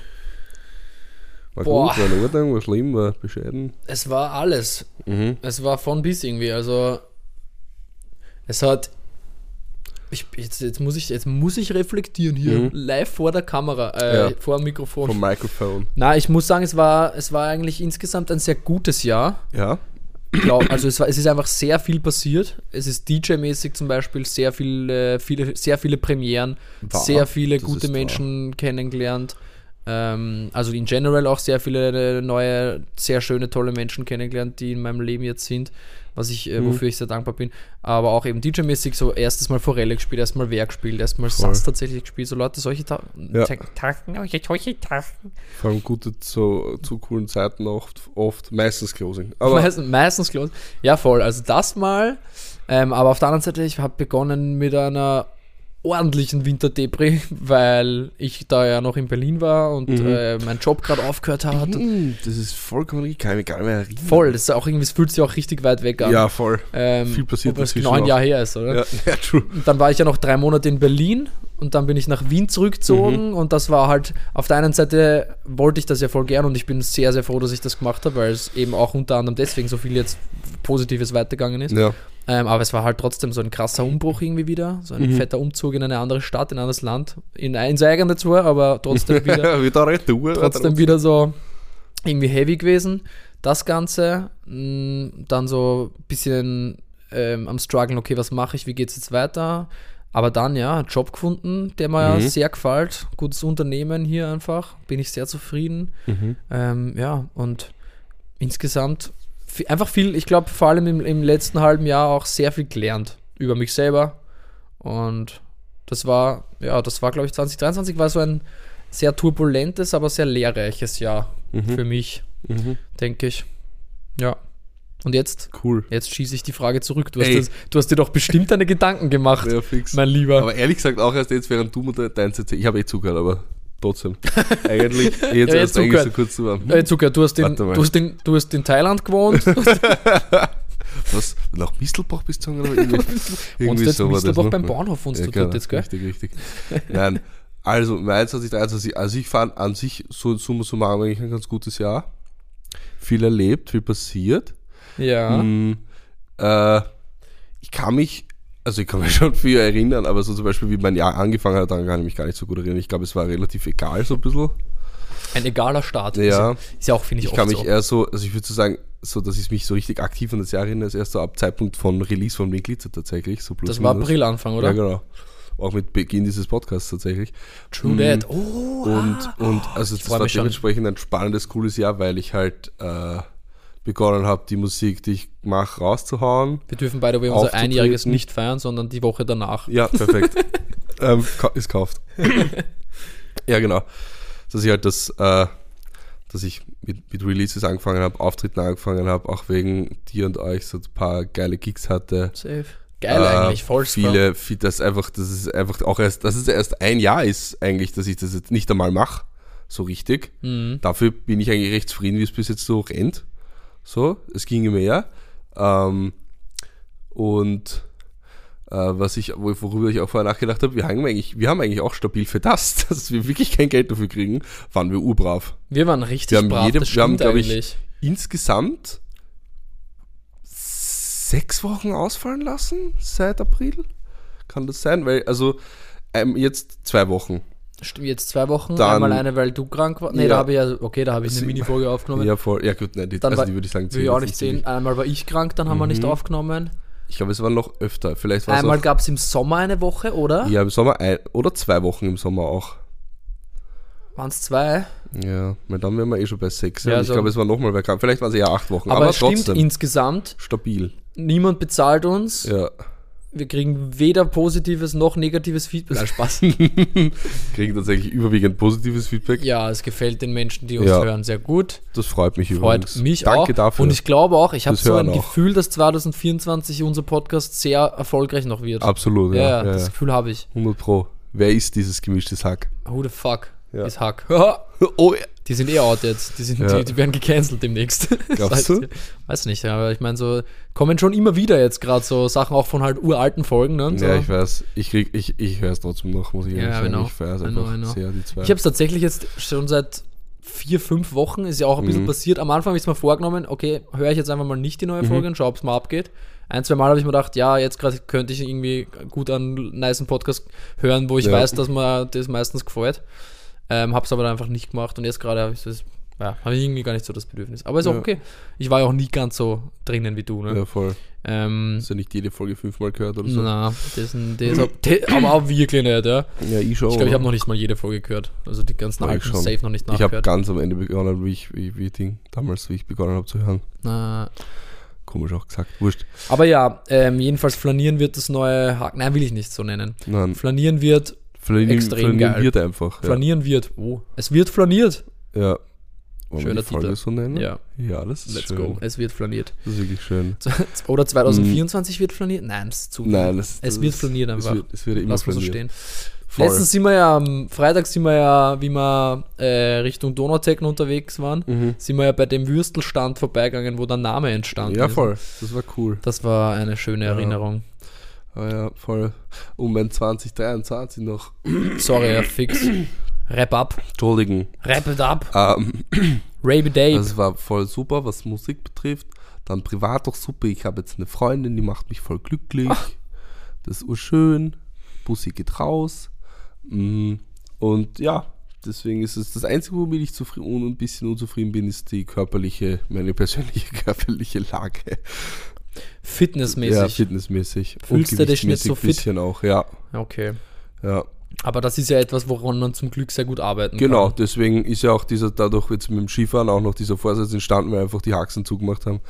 war Boah. gut, war in Ordnung, war schlimm, war bescheiden? Es war alles. Mhm. Es war von bis irgendwie. Also, es hat. Ich, jetzt, jetzt, muss ich, jetzt muss ich reflektieren hier, Mhm. live vor der Kamera, äh, Ja. vor dem Mikrofon. Vom Mikrofon. Na, ich muss sagen, es war, es war eigentlich insgesamt ein sehr gutes Jahr. Ja. Ich glaub, also es, war, es ist einfach sehr viel passiert. Es ist D J-mäßig zum Beispiel sehr viele, viele, sehr viele Premieren, Wahr, sehr viele das gute ist Menschen kennengelernt. Ähm, also in general auch sehr viele neue, sehr schöne, tolle Menschen kennengelernt, die in meinem Leben jetzt sind, was ich, äh, Mhm. wofür ich sehr dankbar bin. Aber auch eben D J-mäßig so erstes Mal Forelle gespielt, erstmal Werk gespielt, erstmal Voll. Sass tatsächlich gespielt, so Leute, solche Ta Ja. Ta Tagen, solche Tagen. Vor allem gute, zu, zu coolen Zeiten oft, oft meistens Closing. Aber Meistens, meistens close. Ja, voll. Also das mal. Ähm, aber auf der anderen Seite, ich habe begonnen mit einer ordentlichen Winterdepri, weil ich da ja noch in Berlin war und Mhm. äh, mein Job gerade aufgehört hat. Und Mhm, das ist vollkommen richtig, kann ich mich gar nicht mehr erinnern. voll, das ist auch irgendwie, es fühlt sich auch richtig weit weg an. Ja, voll. ähm, viel passiert obwohl es dazwischen genau ein auch. Jahr her ist, oder? Ja, ja, true. Und dann war ich ja noch drei Monate in Berlin und dann bin ich nach Wien zurückgezogen Mhm. und das war halt, auf der einen Seite wollte ich das ja voll gern und ich bin sehr, sehr froh, dass ich das gemacht habe, weil es eben auch unter anderem deswegen so viel jetzt Positives weitergegangen ist. Ja. Ähm, aber es war halt trotzdem so ein krasser Umbruch irgendwie wieder, so ein Mhm. fetter Umzug in eine andere Stadt, in ein anderes Land, in ins eigene zwar, aber trotzdem wieder, wieder retour. trotzdem wieder so irgendwie heavy gewesen. Das Ganze, mh, dann so ein bisschen ähm, am struggeln, okay, was mache ich, wie geht es jetzt weiter? Aber dann, ja, einen Job gefunden, der mir Mhm. sehr gefällt. Gutes Unternehmen hier einfach, bin ich sehr zufrieden. Mhm. Ähm, ja, und insgesamt vi- einfach viel, ich glaube vor allem im, im letzten halben Jahr auch sehr viel gelernt über mich selber. Und das war, ja, das war, glaube ich, zwanzig dreiundzwanzig war so ein sehr turbulentes, aber sehr lehrreiches Jahr Mhm. für mich, Mhm. denke ich. Ja. Und jetzt, Cool. jetzt schieße ich die Frage zurück. Du hast, Ey. das, du hast dir doch bestimmt deine Gedanken gemacht, Ja, fix. mein Lieber. Aber ehrlich gesagt auch erst jetzt, während du mir deins erzählst. Ich habe eh zugehört, aber trotzdem. Eigentlich, jetzt Ja, jetzt erst eigentlich so zugehört. kurz zu warm. Äh, Zucker, du hast, in, Warte mal. du, hast in, du hast in Thailand gewohnt. Was? Nach Mistelbach bist du gegangen? Irgendwie, Und jetzt so war das, Mistelbach ne? beim Bahnhof wohnst Ja, du genau, dort jetzt, gell? Richtig, richtig. Nein, also mein zwanzig dreiundzwanzig, also ich fand an sich so summa summarum eigentlich ein ganz gutes Jahr. Viel erlebt, viel passiert. Ja. Mm, äh, ich kann mich, also ich kann mich schon viel erinnern, aber so zum Beispiel, wie mein Jahr angefangen hat, daran kann ich mich gar nicht so gut erinnern. Ich glaube, es war relativ egal so ein bisschen. Ein egaler Start. Ja. Ist, ist ja auch, finde ich, Ich oft kann mich so. eher so, also ich würde so sagen, so, dass ich mich so richtig aktiv an das Jahr erinnere, ist erst so ab Zeitpunkt von Release von Glitzer tatsächlich. So plus Das war minus. April-Anfang, oder? Ja, genau. Auch mit Beginn dieses Podcasts tatsächlich. True Mm, that. Oh, Und, ah. und also das freu war mich schon. dementsprechend ein spannendes, cooles Jahr, weil ich halt äh, begonnen habe, die Musik, die ich mache, rauszuhauen. Wir dürfen beide unser aufzutreten. Einjähriges nicht feiern, sondern die Woche danach. Ja, perfekt. ähm, ka- ist kauft. Ja, genau. dass ich halt das, äh, dass ich mit, mit Releases angefangen habe, Auftritten angefangen habe, auch wegen dir und euch so ein paar geile Gigs hatte. Safe. Geil äh, eigentlich, voll Viele, viel, das einfach, das ist einfach auch erst, dass es erst ein Jahr ist eigentlich, dass ich das jetzt nicht einmal mache, so richtig. Mhm. Dafür bin ich eigentlich recht zufrieden, wie es bis jetzt so rennt. So, es ging mehr. Ähm, und äh, was ich, worüber ich auch vorher nachgedacht habe, wir haben eigentlich, wir haben eigentlich auch stabil für das, dass wir wirklich kein Geld dafür kriegen, waren wir urbrav. Wir waren richtig Wir haben, brav, jede, das wir haben stimmt glaube ich, eigentlich. insgesamt sechs Wochen ausfallen lassen seit April. Kann das sein? Weil, also, ähm, jetzt zwei Wochen. Stimmt, jetzt zwei Wochen, Dann- einmal eine, weil du krank warst. Nee, Ja. da habe ich ja, okay, da habe ich eine Sie- Minifolge aufgenommen. Ja, voll. Ja, gut, nein, die, Dann also war- die würde ich sagen, Will ich auch jetzt nicht ziemlich. sehen. Einmal war ich krank, dann haben wir nicht Mhm. aufgenommen. Ich glaube, es war noch öfter. Vielleicht war es Einmal auch, gab es im Sommer eine Woche, oder? ja, im Sommer ein, oder zwei Wochen im Sommer auch. Waren es zwei? Ja, weil dann wären wir eh schon bei sechs. Ja, Ja, ich so- glaube, es war nochmal wer krank. Vielleicht waren es eher acht Wochen. Aber, Aber, es stimmt trotzdem insgesamt, stabil. niemand bezahlt uns. Ja. Wir kriegen weder positives noch negatives Feedback. Nein, Spaß. Kriegen tatsächlich überwiegend positives Feedback. Ja, es gefällt den Menschen, die uns Ja. hören, sehr gut. Das freut mich Freut übrigens. mich Danke auch. dafür. Und ich glaube auch, ich habe Das so hören ein auch. Gefühl, dass zwanzig vierundzwanzig unser Podcast sehr erfolgreich noch wird. Absolut, ja, ja. ja, ja, das ja. Gefühl habe ich. hundert Pro. Wer ist dieses gemischtes Hack? Who the fuck Ja. ist Hack? Oh, Die sind eh out jetzt. Die, sind, Ja. die, die werden gecancelt demnächst. Glaubst Das du? heißt, weiß nicht, aber ich meine, so kommen schon immer wieder jetzt gerade so Sachen auch von halt uralten Folgen. Ne? und So. Ja, ich weiß. Ich, krieg- ich, ich höre es trotzdem noch, muss ich Ja, ehrlich sagen. genau. Ich feiere es I know, einfach I know. sehr, die zwei. Ich habe es tatsächlich jetzt schon seit vier, fünf Wochen, ist ja auch ein bisschen Mhm. passiert. Am Anfang habe ich es mir vorgenommen, okay, höre ich jetzt einfach mal nicht die neue Folge und schaue, ob es mal abgeht. Ein, zwei Mal habe ich mir gedacht, ja, jetzt gerade könnte ich irgendwie gut einen nicen Podcast hören, wo ich Ja. weiß, dass mir das meistens gefällt. Ähm, habe es aber dann einfach nicht gemacht und jetzt gerade habe ich das, ja, habe ich irgendwie gar nicht so das Bedürfnis. Aber ist auch Ja. okay. Ich war ja auch nie ganz so drinnen wie du, ne? Ja, voll. Ähm, Hast du nicht jede Folge fünfmal gehört oder so? na, das, ist ein- das, das, aber auch wirklich nicht, ja. Ja, ich schon. Ich glaube, ich habe oder? noch nicht mal jede Folge gehört. Also die ganzen Ja, ich alten schon. safe noch nicht Ich habe nachgehört. ganz am Ende begonnen, wie ich, wie, wie Ding, damals, wie ich begonnen habe zu hören. Na, Komisch auch gesagt. Wurscht. aber ja, ähm, jedenfalls Flanieren wird das neue Haken. Nein, will ich nicht so nennen. Nein, Flanieren wird, flanieren, extrem geil. flaniert einfach. Ja. Flanieren wird. Oh, es wird flaniert. Ja. Wollen Schöner wir die Folge Titel. so nennen? Ja, Ja, das ist let's schön. go. Es wird flaniert. Das ist wirklich schön. Oder zwanzig vierundzwanzig wird flaniert? Nein, das ist zu viel. Nein, das, Es das wird ist- flaniert Es einfach. wird, es wird immer Lass mal so flaniert. stehen. Voll. Letztens sind wir ja, am Freitag sind wir ja, wie wir äh, Richtung Donautecken unterwegs waren, Mhm. sind wir ja bei dem Würstelstand vorbeigegangen, wo der Name entstanden Ja, ist. voll. Das war cool. Das war eine schöne Ja. Erinnerung. Aber ja, voll. Und mein zwanzig dreiundzwanzig noch. Sorry, ja, fix. Rap up. Entschuldigen. Rap it up. Ähm, Raby Day. das war voll super, was Musik betrifft. Dann privat auch super. Ich habe jetzt eine Freundin, die macht mich voll glücklich. Das ist urschön. Bussi geht raus. Mm, Und ja, deswegen ist es das Einzige, womit ich zufrieden und ein bisschen unzufrieden bin, ist die körperliche, meine persönliche körperliche Lage. Fitnessmäßig. Ja, fitnessmäßig. Fühlst du dich nicht so fit? Bisschen auch, ja. Okay. Ja. Aber das ist ja etwas, woran man zum Glück sehr gut arbeiten Genau, kann. deswegen ist ja auch dieser, dadurch jetzt mit dem Skifahren auch noch dieser Vorsatz entstanden, weil wir einfach die Haxen zugemacht haben,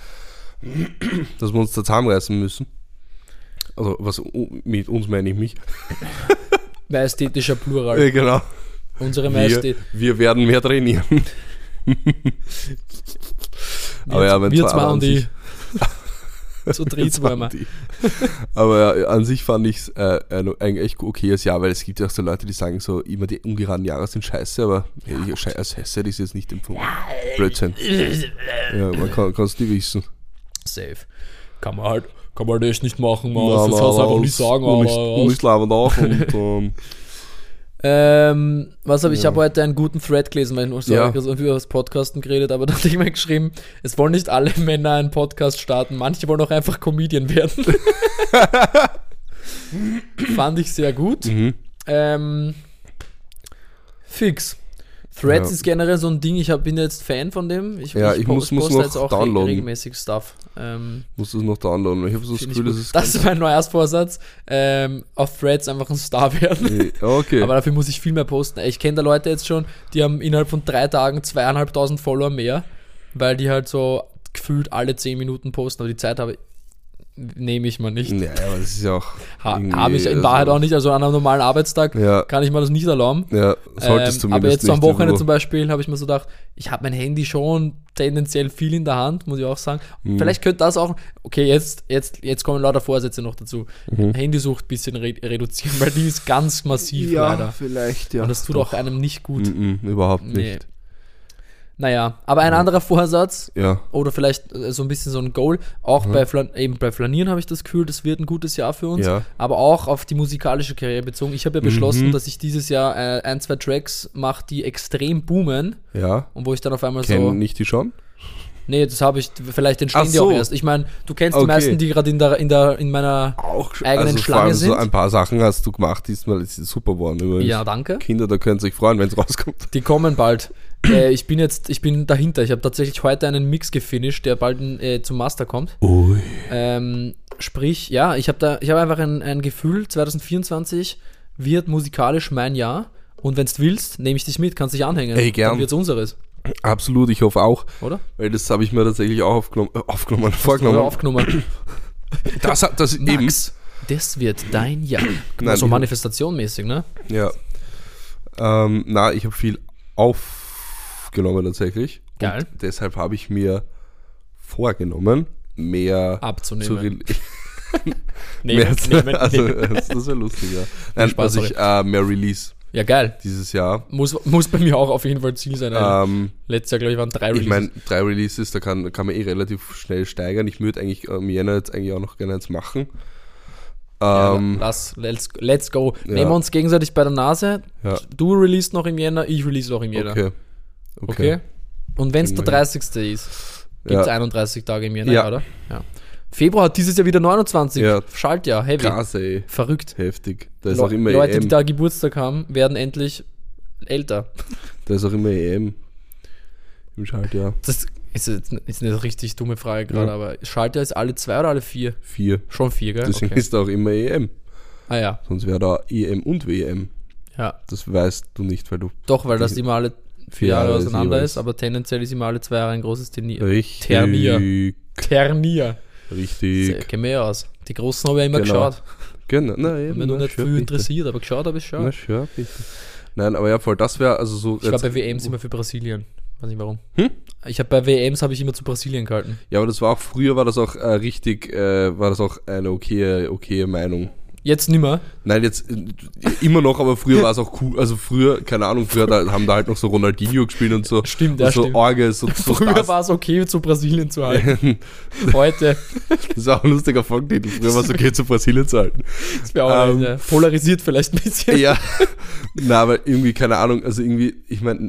dass wir uns da zusammenreißen müssen. Also, was mit uns meine ich mich. Majestätischer Plural. Ja, genau. Unsere Wir, Majestät. wir werden mehr trainieren. Aber ja, wenn wir zwar zwei an und die. sich- Zu dritt Jetzt waren waren wir. die. Aber ja, an sich fand ich es äh, ein, ein echt okayes Jahr, weil es gibt ja auch so Leute, die sagen so, immer die ungeraden Jahre sind scheiße, aber ja, Schei- als Hesse hätte ich es jetzt nicht empfunden. Blödsinn. Ja, man kann es nicht wissen. Safe. Kann man halt, kann man das nicht machen, man. Nein, das nein, kannst du einfach nein, nicht sagen, nur aber. nicht, nur nicht labern auch und ähm, Ähm, was habe ich? Ich Ja. habe heute einen guten Thread gelesen, weil ich noch so Ja. über das Podcasten geredet, aber da habe ich mir geschrieben, es wollen nicht alle Männer einen Podcast starten, manche wollen auch einfach Comedian werden. Fand ich sehr gut. mhm. Ähm, fix. Threads Ja. ist generell so ein Ding, ich hab, bin jetzt Fan von dem. Ich, Ja, ich muss- muss poste noch jetzt auch downloaden. regelmäßig Stuff. Ähm, muss das noch downloaden. Ich habe so das find ich Gefühl, gut. das ist das ist mein Neujahrsvorsatz. Ähm, auf Threads einfach ein Star werden. ganz, okay. Aber dafür muss ich viel mehr posten. Ich kenne da Leute jetzt schon, die haben innerhalb von drei Tagen zweieinhalbtausend Follower mehr, weil die halt so gefühlt alle zehn Minuten posten, aber die Zeit habe ich. nehme ich mal nicht. Ja, aber das ist ja auch. Ha, irgendwie, habe ich in also- Wahrheit auch nicht. Also an einem normalen Arbeitstag Ja, kann ich mir das nicht erlauben. ja, solltest Ähm, du aber jetzt so am nicht Wochenende irgendwo- zum Beispiel habe ich mir so gedacht, ich habe mein Handy schon tendenziell viel in der Hand, muss ich auch sagen. Mhm. Vielleicht könnte das auch, okay, jetzt, jetzt, jetzt kommen lauter Vorsätze noch dazu. Mhm. Handysucht ein bisschen re reduzieren, weil die ist ganz massiv Ja, leider. vielleicht, ja. Und das tut Doch. auch einem nicht gut. Mhm, überhaupt Nee. nicht. Naja, aber ein anderer Vorsatz Ja. oder vielleicht äh, so ein bisschen so ein Goal, auch bei, Flan eben bei Flanieren habe ich das Gefühl, das wird ein gutes Jahr für uns, Ja. aber auch auf die musikalische Karriere bezogen. Ich habe ja beschlossen, Mhm. dass ich dieses Jahr äh, ein, zwei Tracks mache, die extrem boomen Ja. und wo ich dann auf einmal Kennen so, nicht die schon? nee, das habe ich, vielleicht entstehen Ach die auch so. erst. Ich meine, du kennst die Okay. meisten, die gerade in der, in der, in meiner Auch eigenen also vor Schlange allem sind. so ein paar Sachen hast du gemacht, diesmal ist es super geworden. Übrigens. Ja, danke. Kinder, da können sich freuen, wenn es rauskommt. Die kommen bald. äh, ich bin jetzt, ich bin dahinter. Ich habe tatsächlich heute einen Mix gefinisht, der bald äh, zum Master kommt. Ui. Ähm, sprich, ja, ich habe da, ich habe einfach ein, ein Gefühl, zwanzig vierundzwanzig wird musikalisch mein Jahr. Und wenn du willst, nehme ich dich mit, kannst dich anhängen. Ey, gern. Dann wird's unseres, Absolut, ich hoffe auch. oder? Weil das habe ich mir tatsächlich auch aufgenommen, äh, aufgenommen Oder vorgenommen. aufgenommen. Das, hat- das eben. Max, das wird dein Jahr. Nein, so ich- manifestationmäßig, ne? Ja. Ähm, na, ich habe viel aufgenommen tatsächlich. Geil. Und deshalb habe ich mir vorgenommen, mehr Abzunehmen. zu re- Nehmen, mehr zu, nehmen, also, nehmen. das, das wäre lustig, ja. Nein, Spaß, dass ich äh, mehr Release Ja, geil. dieses Jahr. Muss, muss bei mir auch auf jeden Fall Ziel sein. Alter. Ähm, Letztes Jahr, glaube ich, waren drei ich Releases. meine, drei Releases, da kann, kann man eh relativ schnell steigern. Ich würde eigentlich im Jänner jetzt eigentlich auch noch gerne eins machen. Ja, Ähm, lass, let's, let's go. Ja. Nehmen wir uns gegenseitig bei der Nase. Ja. Du release noch im Jänner, ich release noch im Jänner. okay. Okay. Und wenn es der Kriegen wir hin. dreißigste ist, gibt es Ja. einunddreißig Tage im Jänner, Ja. oder? Ja. Februar hat dieses Jahr wieder neunundzwanzig. Ja. Schaltjahr, heavy. Krass, ey. Verrückt. Heftig. Da ist Le auch immer Leute, E M. die da Geburtstag haben, werden endlich älter. Da ist auch immer E M. Im Schaltjahr. Das ist, jetzt- ist eine richtig dumme Frage gerade, Ja. aber Schaltjahr ist alle zwei oder alle vier? Vier. Schon vier, gell? Deswegen Okay. ist da auch immer E M. Ah ja, Sonst wäre da E M und W M. ja. Das weißt du nicht, weil du Doch, weil das Die- immer alle vier Jahre Jahre auseinander jeweils. ist, aber tendenziell ist immer alle zwei Jahre ein großes Turnier. richtig. Ternier. Ternier. Richtig. Das kennen wir ja aus. Die Großen habe ich ja immer Genau. geschaut. Genau. Na, Hat eben, mich nur na, nicht schau früh bitte. interessiert, aber geschaut habe ich schon. Na, schau bitte. Nein, aber ja, voll, das wäre also so. Ich war jetzt- bei W Ms immer für Brasilien. Weiß nicht warum. Hm? Ich habe bei W Ms habe ich immer zu Brasilien gehalten. Ja, aber das war auch früher, war das auch äh, richtig, äh, war das auch eine okaye, okaye Meinung. Jetzt nimmer. Nein, jetzt äh, immer noch, aber früher war es auch cool. Also früher, keine Ahnung, früher da, haben da halt noch so Ronaldinho gespielt und so. Stimmt, und ja, so stimmt. Orgel, so, so Früher Stars. war es okay, zu Brasilien zu halten. Heute Das ist auch ein lustiger Folgentitel. Früher war es okay, zu Brasilien zu halten. das wäre auch Ähm, äh, polarisiert vielleicht ein bisschen. Ja, na, aber irgendwie, keine Ahnung, also irgendwie, ich meine,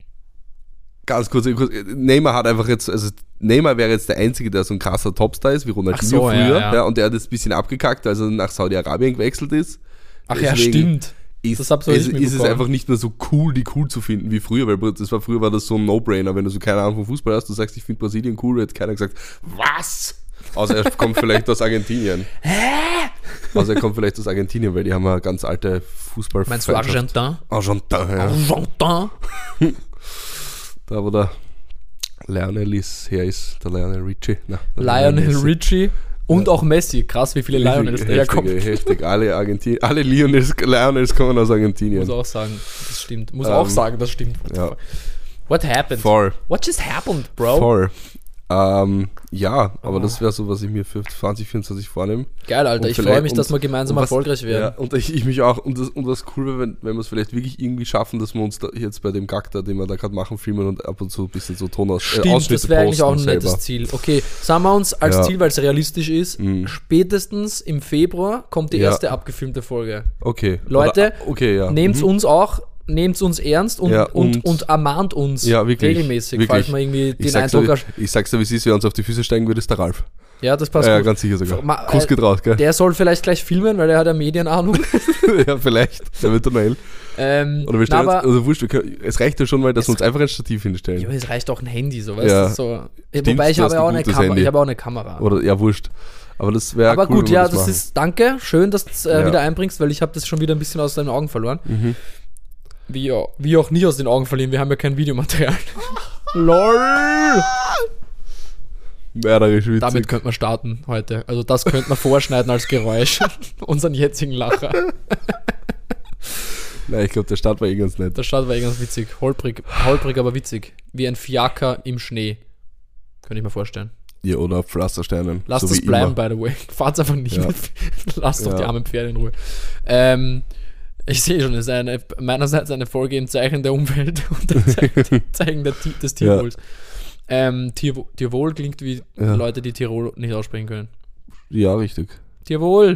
ganz kurz, kurz, Neymar hat einfach jetzt, also Neymar wäre jetzt der Einzige, der so ein krasser Topstar ist, wie Ronaldinho Ach so, ja, früher, ja. ja, und der hat jetzt ein bisschen abgekackt, als er nach Saudi-Arabien gewechselt ist. Ach ja, Deswegen stimmt. Ist, Das hab so ist, ich ist es mitbekommen. einfach nicht mehr so cool, die cool zu finden wie früher, weil das war früher war das so ein No-Brainer, wenn du so keine Ahnung vom Fußball hast, du sagst, ich finde Brasilien cool, hätte keiner gesagt, was? Außer er kommt vielleicht aus Argentinien. Hä? Außer er kommt vielleicht aus Argentinien, weil die haben eine ganz alte Fußball. Meinst du Argentin? Argentin, ja. Argentin? Da wo der Lionel ist, her ist, der Lionel Richie. Na, der Lionel Messi. Richie und auch Messi. Krass, wie viele Lionels Heftig, daherkommen. heftig, heftig. Alle Argentin alle Lionels, Lionels kommen aus Argentinien. Muss auch sagen, das stimmt. Muss Ähm, auch sagen, das stimmt. What, the ja. fuck? What happened? Voll. What just happened, bro? Voll. Ähm, ja, aber Oh. das wäre so, was ich mir für zwanzig vierundzwanzig vornehme. Geil, Alter. Und Ich vielleicht- freue mich, dass und- wir gemeinsam und was- erfolgreich Ja, werden. und ich, ich mich auch. Und, das, und was cool wäre, wenn, wenn wir es vielleicht wirklich irgendwie schaffen, dass wir uns da jetzt bei dem Gag da, den wir da gerade machen, filmen und ab und zu ein bisschen so Ton aus, Stimmt, äh, Ausschnitte das wäre eigentlich auch ein posten nettes selber. Ziel. Okay, sagen wir uns als Ja. Ziel, weil es realistisch ist, Mhm. spätestens im Februar kommt die Ja. erste abgefilmte Folge. Okay. Leute, Oder, okay, ja. Nehmt Mhm. uns auch, nehmt uns ernst und, Ja, und, und- und, ermahnt uns Ja, wirklich, regelmäßig, wirklich. falls wir irgendwie Ich den sag's, Eindruck dir, hast. ich sag's dir, wie es ist, wer uns auf die Füße steigen würde, ist der Ralf. Ja, das passt Ja, gut. ganz sicher sogar. Ma- Kuss äh, geht raus, gell? Der soll vielleicht gleich filmen, weil er hat ja Medienahnung. ja, vielleicht. Der wird der Mail. ähm, Oder wir na, stellen uns, aber, also wurscht, wir können, es reicht ja schon mal, dass Es- wir uns einfach ein Stativ hinstellen. ja, es reicht auch ein Handy, so, weißt Ja. du? So. Stimmt, Wobei ich du habe hast ja auch ein eine gutes Kamera. Handy. Ich habe auch eine Kamera. Oder, ja, wurscht. Aber das wäre aber cool, gut, wenn wir ja, das das machen. ist, danke, schön, dass du es äh, Ja. wieder einbringst, weil ich habe das schon wieder ein bisschen aus deinen Augen verloren. Mhm. Wie, auch- wie auch nie aus den Augen verlieren, wir haben ja kein Videomaterial. LOL! Mörderisch witzig. Damit könnte man starten heute. Also das könnte man vorschneiden als Geräusch. Unseren jetzigen Lacher. Nein, ich glaube, der Start war eh ganz nett. Der Start war eh ganz witzig. Holprig, holprig, aber witzig. Wie ein Fiaker im Schnee. Könnte ich mir vorstellen. Ja, oder auf Pflastersteinen. Lasst so es wie bleiben, immer. by the way. Fahrt's einfach nicht Ja. mit. Lasst doch Ja. die armen Pferde in Ruhe. Ähm, ich sehe schon, es ist eine, meinerseits eine Folge im Zeichen der Umwelt und im Zeichen, Zeichen der, Ti- des Tierwohls. Ähm, Tierwo- Tierwohl klingt wie Ja. Leute, die Tirol nicht aussprechen können. Ja, richtig. Tierwohl.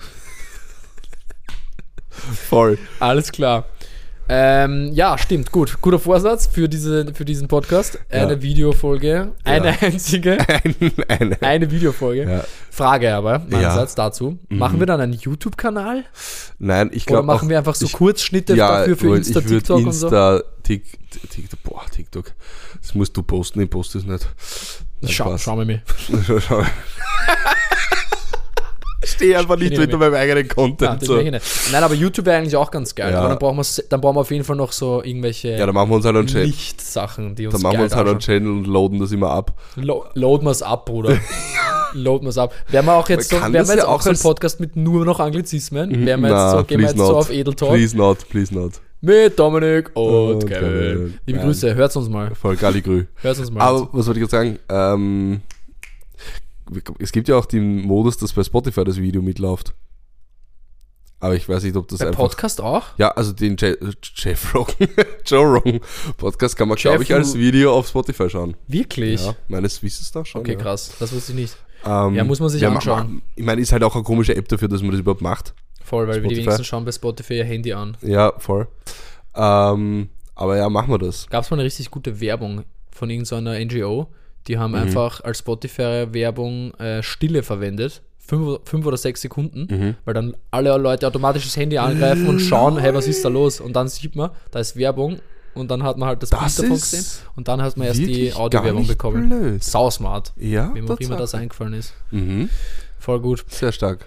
Voll. Alles klar. Ähm, ja, stimmt, gut. Guter Vorsatz für, diese, für diesen Podcast. Eine Ja. Videofolge. Eine Ja. einzige. Ein, eine. Eine Videofolge. Ja. Frage aber, meinerseits dazu. Machen wir dann einen YouTube-Kanal? Nein, ich Oder glaube machen auch, wir einfach so ich, Kurzschnitte ja, dafür für wohl, Insta, ich würd TikTok und so? Insta, Tik, TikTok, boah, TikTok. Das musst du posten, ich poste es nicht. Nein, Schau, Spaß. schauen wir mal. Schau, schau. Ich stehe einfach nicht Stehe hinter nicht meinem eigenen Ah, Content. das so. will ich nicht. Nein, aber YouTube wäre eigentlich auch ganz geil. Ja. Aber dann brauchen, wir, dann brauchen wir auf jeden Fall noch so irgendwelche Ja, dann machen wir uns halt einen Channel. Lichtsachen, die uns Dann machen wir geil uns halt einen ausschauen. Channel und loaden das immer ab. Lo Loaden wir es ab, Bruder. Loaden wir es ab. Wären wir auch jetzt, so, Man kann wären wir das jetzt ja auch auch so ein als- Podcast mit nur noch Anglizismen? Wären wir jetzt Na, so, gehen wir please jetzt so not. auf Edeltalk? Please not, please not. Mit Dominik und, Und Kevin. Kevin. Liebe Nein. Grüße, hört's uns mal. Voll Galligrü. Hört's uns mal. Aber was wollte ich jetzt sagen? Ähm, es gibt ja auch den Modus, dass bei Spotify das Video mitläuft. Aber ich weiß nicht, ob das Bei einfach... Podcast auch? Ja, also den Je Jeff Rogan, Joe Rogan Podcast kann man, Jeff glaube ich, als Video auf Spotify schauen. Wirklich? Ja, meines Wissens nach schon. Okay, ja. krass. Das wusste ich nicht. Ähm, Ja, muss man sich ja, anschauen. ma- Ich meine, ist halt auch eine komische App dafür, dass man das überhaupt macht. Voll, weil wir die Spotify. wenigsten schauen bei Spotify ihr Handy an. Ja, voll. Ähm, aber ja, machen wir das. Gab es mal eine richtig gute Werbung von irgendeiner N G O. Die haben Mhm. einfach als Spotify-Werbung äh, Stille verwendet. Fünf, fünf oder sechs Sekunden, Mhm. weil dann alle Leute automatisch das Handy angreifen und schauen, hey, was ist da los? Und dann sieht man, da ist Werbung und dann hat man halt das, Das Bild davon ist gesehen und dann hat man erst die wirklich Audiowerbung gar nicht bekommen. blöd. Sausmart. Ja, Wem auch immer das Tatsache. eingefallen ist. Mhm. Voll gut. Sehr stark.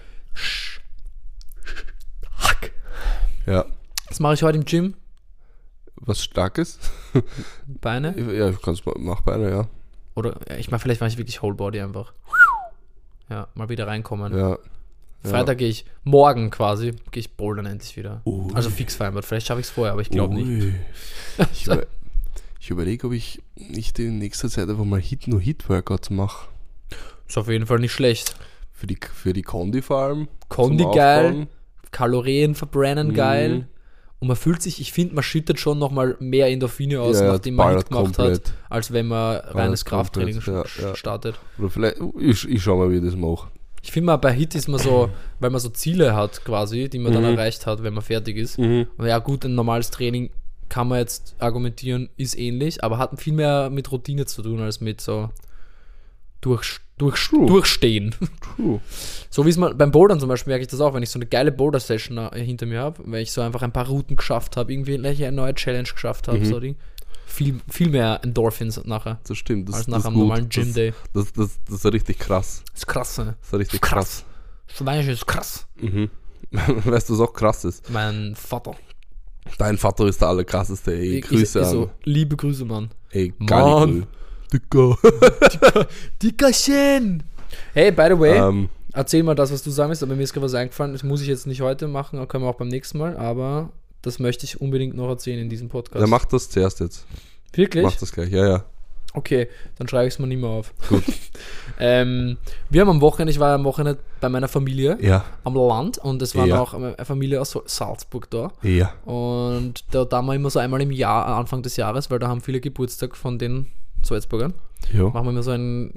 Hack. Ja. Das mache ich heute im Gym. Was Starkes? Beine. Ja, ich kann es mach Beine, ja. Oder ja, ich meine, vielleicht mache ich wirklich Whole Body einfach. Ja, mal wieder reinkommen. Ja. Freitag gehe ich, morgen quasi, gehe ich bouldern endlich wieder. Ui. Also fix vereinbart. Vielleicht schaffe ich es vorher, aber ich glaube nicht. Ui. Ich, über, ich überlege, ob ich nicht in nächster Zeit einfach mal Hit, nur Hit-Workouts mache. Ist auf jeden Fall nicht schlecht. Für die, für die Condi vor allem. Condi zum geil, Aufbauen. Kalorien verbrennen Mhm. geil. Und man fühlt sich, ich finde, man schüttet schon nochmal mehr Endorphine aus, Ja, nachdem man ballert Hit gemacht komplett. hat, als wenn man reines Ballert Krafttraining komplett, sch- ja, ja. startet. Oder vielleicht, ich, ich schau mal, wie ich das mache. Ich finde mal, bei Hit ist man so, weil man so Ziele hat quasi, die man dann Mhm. erreicht hat, wenn man fertig ist. Mhm. Und ja gut, ein normales Training kann man jetzt argumentieren, ist ähnlich, aber hat viel mehr mit Routine zu tun, als mit so durch, durch, True. durchstehen. True. So wie es mal beim Bouldern zum Beispiel merke ich das auch, wenn ich so eine geile Boulder-Session äh, hinter mir habe, weil ich so einfach ein paar Routen geschafft habe, irgendwie eine neue Challenge geschafft habe, Mhm. so Ding. Viel, viel mehr Endorphins nachher, Das stimmt. Das, als das nach ist einem gut. normalen Gym-Day. Das, das, das ist richtig krass. Das ist krass, ne? Das ist richtig Krass. krass. Schweinisch ist krass. Mhm. Weißt du, was auch krass ist? Mein Vater. Dein Vater ist der allerkrasseste, ey. Ich- Grüße ich, an. so, liebe Grüße, Mann. Ey, Mann. Galligrü. Dicker. Dickerchen! Hey, by the way, ähm, erzähl mal das, was du sagen willst, aber mir ist gerade was eingefallen, das muss ich jetzt nicht heute machen, aber können wir auch beim nächsten Mal, aber das möchte ich unbedingt noch erzählen in diesem Podcast. der macht das zuerst jetzt. Wirklich? Macht das gleich, ja, ja. Okay, dann schreibe ich es mir nicht mehr auf. Gut. ähm, wir haben am Wochenende, ich war am Wochenende bei meiner Familie Ja, am Land und es war Ja. auch eine Familie aus Salzburg da. ja. Und da, da haben wir immer so einmal im Jahr, Anfang des Jahres, weil da haben viele Geburtstag von den Salzburgern, Ja. machen wir immer so ein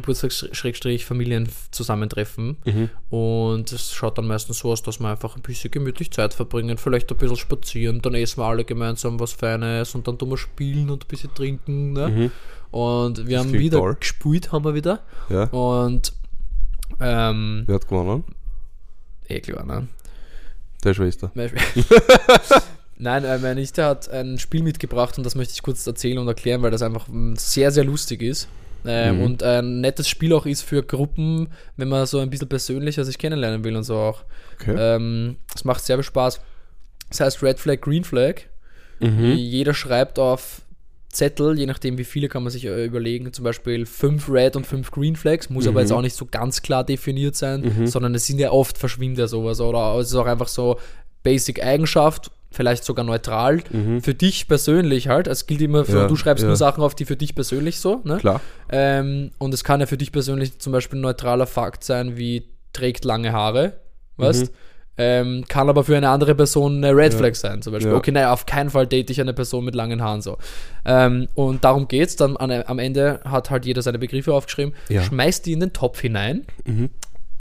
Geburtstags-Familienzusammentreffen. Mhm. Und es schaut dann meistens so aus, dass wir einfach ein bisschen gemütlich Zeit verbringen, vielleicht ein bisschen spazieren, dann essen wir alle gemeinsam was Feines und dann tun wir spielen und ein bisschen trinken. Ne? Mhm. Und wir Das haben klingt wieder toll. gespielt, haben wir wieder. Ja. Und ähm, Wer hat gewonnen? eh klar, ne? Der Schwester. Nein, äh, meine Nichte hat ein Spiel mitgebracht und das möchte ich kurz erzählen und erklären, weil das einfach mm, sehr, sehr lustig ist. Ähm, Mhm. Und ein nettes Spiel auch ist für Gruppen, wenn man so ein bisschen persönlicher sich kennenlernen will und so auch. Okay. Ähm, es macht sehr viel Spaß. Das heißt Red Flag, Green Flag. Mhm. Jeder schreibt auf Zettel, je nachdem wie viele kann man sich äh, überlegen, zum Beispiel fünf Red und fünf Green Flags, muss Mhm. aber jetzt auch nicht so ganz klar definiert sein, Mhm. sondern es sind ja oft, verschwimmt ja sowas, oder es ist auch einfach so Basic-Eigenschaft, vielleicht sogar neutral, Mhm. für dich persönlich halt, es gilt immer, für, Ja, du schreibst ja. nur Sachen auf, die für dich persönlich so, ne? Klar. Ähm, und es kann ja für dich persönlich zum Beispiel ein neutraler Fakt sein, wie trägt lange Haare, weißt? Mhm. Ähm, kann aber für eine andere Person eine Red Ja. Flag sein, zum Beispiel. Ja. Okay, nein, auf keinen Fall date ich eine Person mit langen Haaren so. Ähm, und darum geht's. Dann an, am Ende hat halt jeder seine Begriffe aufgeschrieben, Ja. schmeißt die in den Topf hinein Mhm.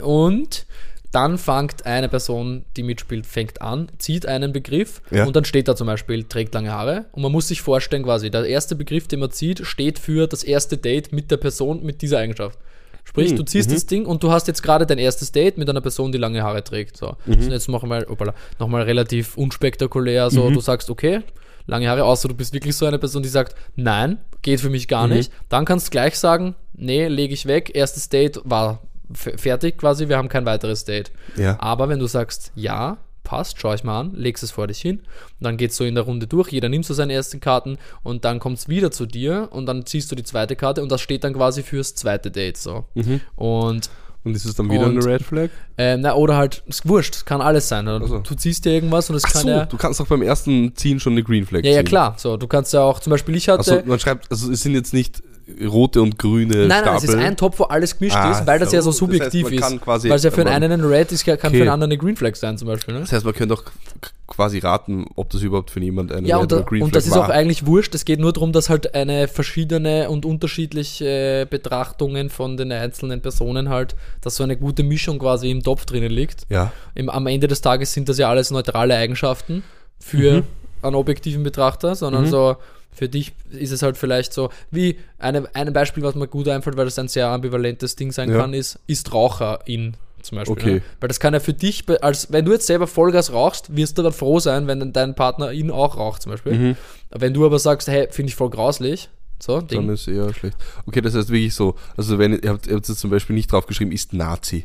und dann fängt eine Person, die mitspielt, fängt an, zieht einen Begriff Ja. und dann steht da zum Beispiel, trägt lange Haare. Und man muss sich vorstellen quasi, der erste Begriff, den man zieht, steht für das erste Date mit der Person mit dieser Eigenschaft. Sprich, Hm, du ziehst mhm. das Ding und du hast jetzt gerade dein erstes Date mit einer Person, die lange Haare trägt. So. Mhm. Das ist jetzt nochmal noch mal relativ unspektakulär. So, Mhm. du sagst, okay, lange Haare, außer du bist wirklich so eine Person, die sagt, nein, geht für mich gar Mhm. nicht. Dann kannst du gleich sagen, nee, lege ich weg, erstes Date war f- fertig quasi, wir haben kein weiteres Date. Ja. Aber wenn du sagst, ja, passt, schau ich mal an, legst es vor dich hin und dann geht es so in der Runde durch, jeder nimmt so seine ersten Karten und dann kommt es wieder zu dir und dann ziehst du die zweite Karte und das steht dann quasi fürs zweite Date so. Mhm. Und Und ist es dann wieder Und- eine Red Flag? äh, na, oder halt, ist wurscht, es kann alles sein. Oder? Ach so. Du ziehst dir irgendwas und es Ach kann so, ja. du kannst doch beim ersten Ziehen schon eine Green Flag Ja, ja, ziehen. klar. So, du kannst ja auch, zum Beispiel, ich hatte. Also man schreibt, also es sind jetzt nicht rote und grüne Nein, nein, Stapel. es ist ein Topf, wo alles gemischt Ah, ist, weil das ja so so. Das heißt, subjektiv man kann ist. quasi- Weil es ja für den man- einen ein Red ist, kann Okay. für den anderen eine Green Flag sein, zum Beispiel. Ne? Das heißt, man könnte auch k- quasi raten, ob das überhaupt für jemand eine Ja, Red und, oder da, Green und Flag das ist war. auch eigentlich wurscht. Es geht nur darum, dass halt eine verschiedene und unterschiedliche Betrachtungen von den einzelnen Personen halt, dass so eine gute Mischung quasi im Topf drinnen liegt. Ja. Im, am Ende des Tages sind das ja alles neutrale Eigenschaften für Mhm. einen objektiven Betrachter, sondern Mhm. so für dich ist es halt vielleicht so, wie eine, ein Beispiel, was mir gut einfällt, weil das ein sehr ambivalentes Ding sein Ja. kann, ist, ist Raucherin zum Beispiel. Okay. Ne? Weil das kann ja für dich, be- als wenn du jetzt selber Vollgas rauchst, wirst du dann froh sein, wenn dein Partner ihn auch raucht zum Beispiel. Mhm. Wenn du aber sagst, hey, finde ich voll grauslich, so, Dann Ding. ist eher schlecht. Okay, das heißt wirklich so, also wenn ihr habt, ihr habt jetzt zum Beispiel nicht draufgeschrieben, ist Nazi.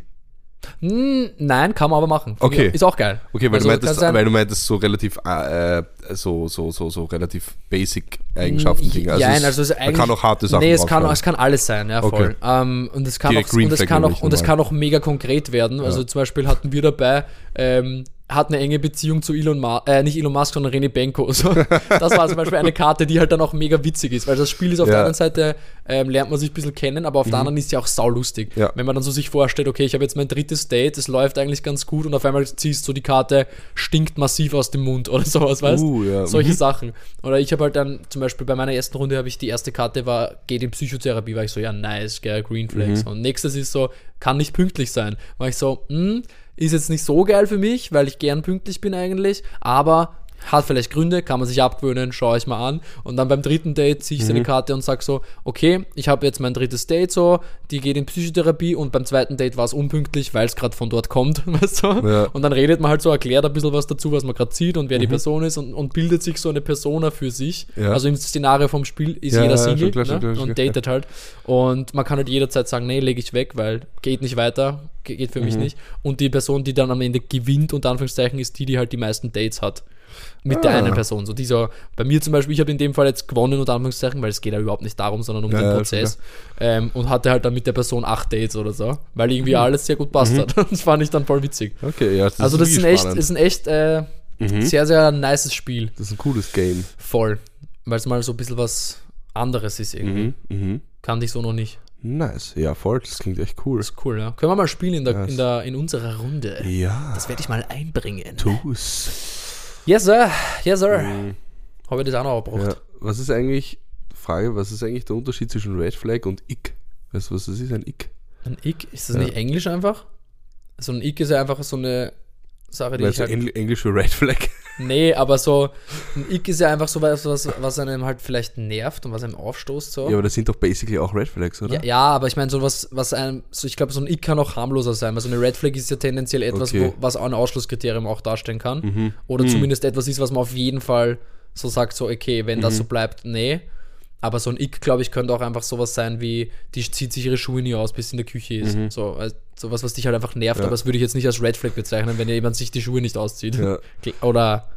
Hm, nein, kann man aber machen. Finde Okay. ich- Ist auch geil. Okay, weil, Also, du meintest, kann sein- weil du meintest so relativ äh, so, so, so, so relativ basic Eigenschaften Dinge. Also Nein, es, also es ist man eigentlich, kann auch harte Sachen Nee, es kann, draufschreiben. es kann alles sein, ja, voll. Okay. Ähm, und es kann, Direkt auch, Green und, es Flag kann, nämlich auch, und es normal. kann auch mega konkret werden. Also zum Beispiel hatten wir dabei, ähm, hat eine enge Beziehung zu Elon Musk, äh, nicht Elon Musk, sondern René Benko. So. Das war zum Beispiel eine Karte, die halt dann auch mega witzig ist, weil das Spiel ist auf Ja. der anderen Seite, ähm, lernt man sich ein bisschen kennen, aber auf der anderen ist ja auch saulustig. Ja. Wenn man dann so sich vorstellt, okay, ich habe jetzt mein drittes Date, es läuft eigentlich ganz gut und auf einmal ziehst du die Karte, stinkt massiv aus dem Mund oder sowas, weißt du? Uh, ja. Solche Mhm. Sachen. Oder ich habe halt dann, zum Beispiel bei meiner ersten Runde habe ich die erste Karte war, geht in Psychotherapie, war ich so, ja, nice, geil, Green Flags. Mhm. Und nächstes ist so, kann nicht pünktlich sein. War ich so, hm, ist jetzt nicht so geil für mich, weil ich gern pünktlich bin eigentlich, aber hat vielleicht Gründe, kann man sich abgewöhnen, schaue ich mal an. Und dann beim dritten Date ziehe ich so eine Karte und sage so, okay, ich habe jetzt mein drittes Date so, die geht in Psychotherapie und beim zweiten Date war es unpünktlich, weil es gerade von dort kommt, weißt du? Ja. Und dann redet man halt so, erklärt ein bisschen was dazu, was man gerade sieht und wer die Person ist und, und bildet sich so eine Persona für sich. Ja. Also im Szenario vom Spiel ist Ja, jeder ja, Single, schon klar, ne? schon klar, schon Und klar. datet halt. Und man kann halt jederzeit sagen, nee, lege ich weg, weil geht nicht weiter, ge- geht für Mhm. mich nicht. Und die Person, die dann am Ende gewinnt, unter Anführungszeichen, ist die, die halt die meisten Dates hat. Mit der Ah. einen Person. So dieser, bei mir zum Beispiel, ich habe in dem Fall jetzt gewonnen, unter Anführungszeichen, weil es geht ja überhaupt nicht darum, sondern um Ja, den ja, Prozess. Ähm, und hatte halt dann mit der Person acht Dates oder so, weil irgendwie Mhm. alles sehr gut passt hat. Das fand ich dann voll witzig. Okay, ja, das Also das ist ist ein wirklich echt, spannend. ist ein echt äh, Mhm. sehr, sehr nices Spiel. Das ist ein cooles Game. Voll. Weil es mal so ein bisschen was anderes ist irgendwie. Mhm. Mhm. Kannte ich so noch nicht. Nice. Ja, voll. Das klingt echt cool. Das ist cool, ja. Können wir mal spielen in, der, Ja, in, der, in unserer Runde. Ja. Das werde ich mal einbringen. Tu's. Yes, sir. Yes, sir. Mhm. Habe ich das auch noch abgebracht. Ja. Was ist eigentlich, Frage, was ist eigentlich der Unterschied zwischen Red Flag und Ick? Weißt du, was das ist, ein Ick? Ein Ick, ist das Ja. nicht Englisch einfach? So ein Ick ist ja einfach so eine Sache, die Weißt ich du, halt... Engl englische Red Flag? Nee, aber so, ein Ick ist ja einfach so was, was, was einem halt vielleicht nervt und was einem aufstoßt. So. Ja, aber das sind doch basically auch Red Flags, oder? Ja, ja, aber ich meine, so was, was einem, so ich glaube, so ein Ick kann auch harmloser sein, weil so eine Red Flag ist ja tendenziell etwas, Okay. wo, was auch ein Ausschlusskriterium auch darstellen kann. Mhm. Oder Mhm. zumindest etwas ist, was man auf jeden Fall so sagt, so, okay, wenn das Mhm. so bleibt, nee. Aber so ein Ick, glaube ich, könnte auch einfach sowas sein wie, die zieht sich ihre Schuhe nie aus, bis sie in der Küche ist. Mhm. So, also sowas, was dich halt einfach nervt, Ja. aber das würde ich jetzt nicht als Red Flag bezeichnen, wenn jemand sich die Schuhe nicht auszieht. Ja. Oder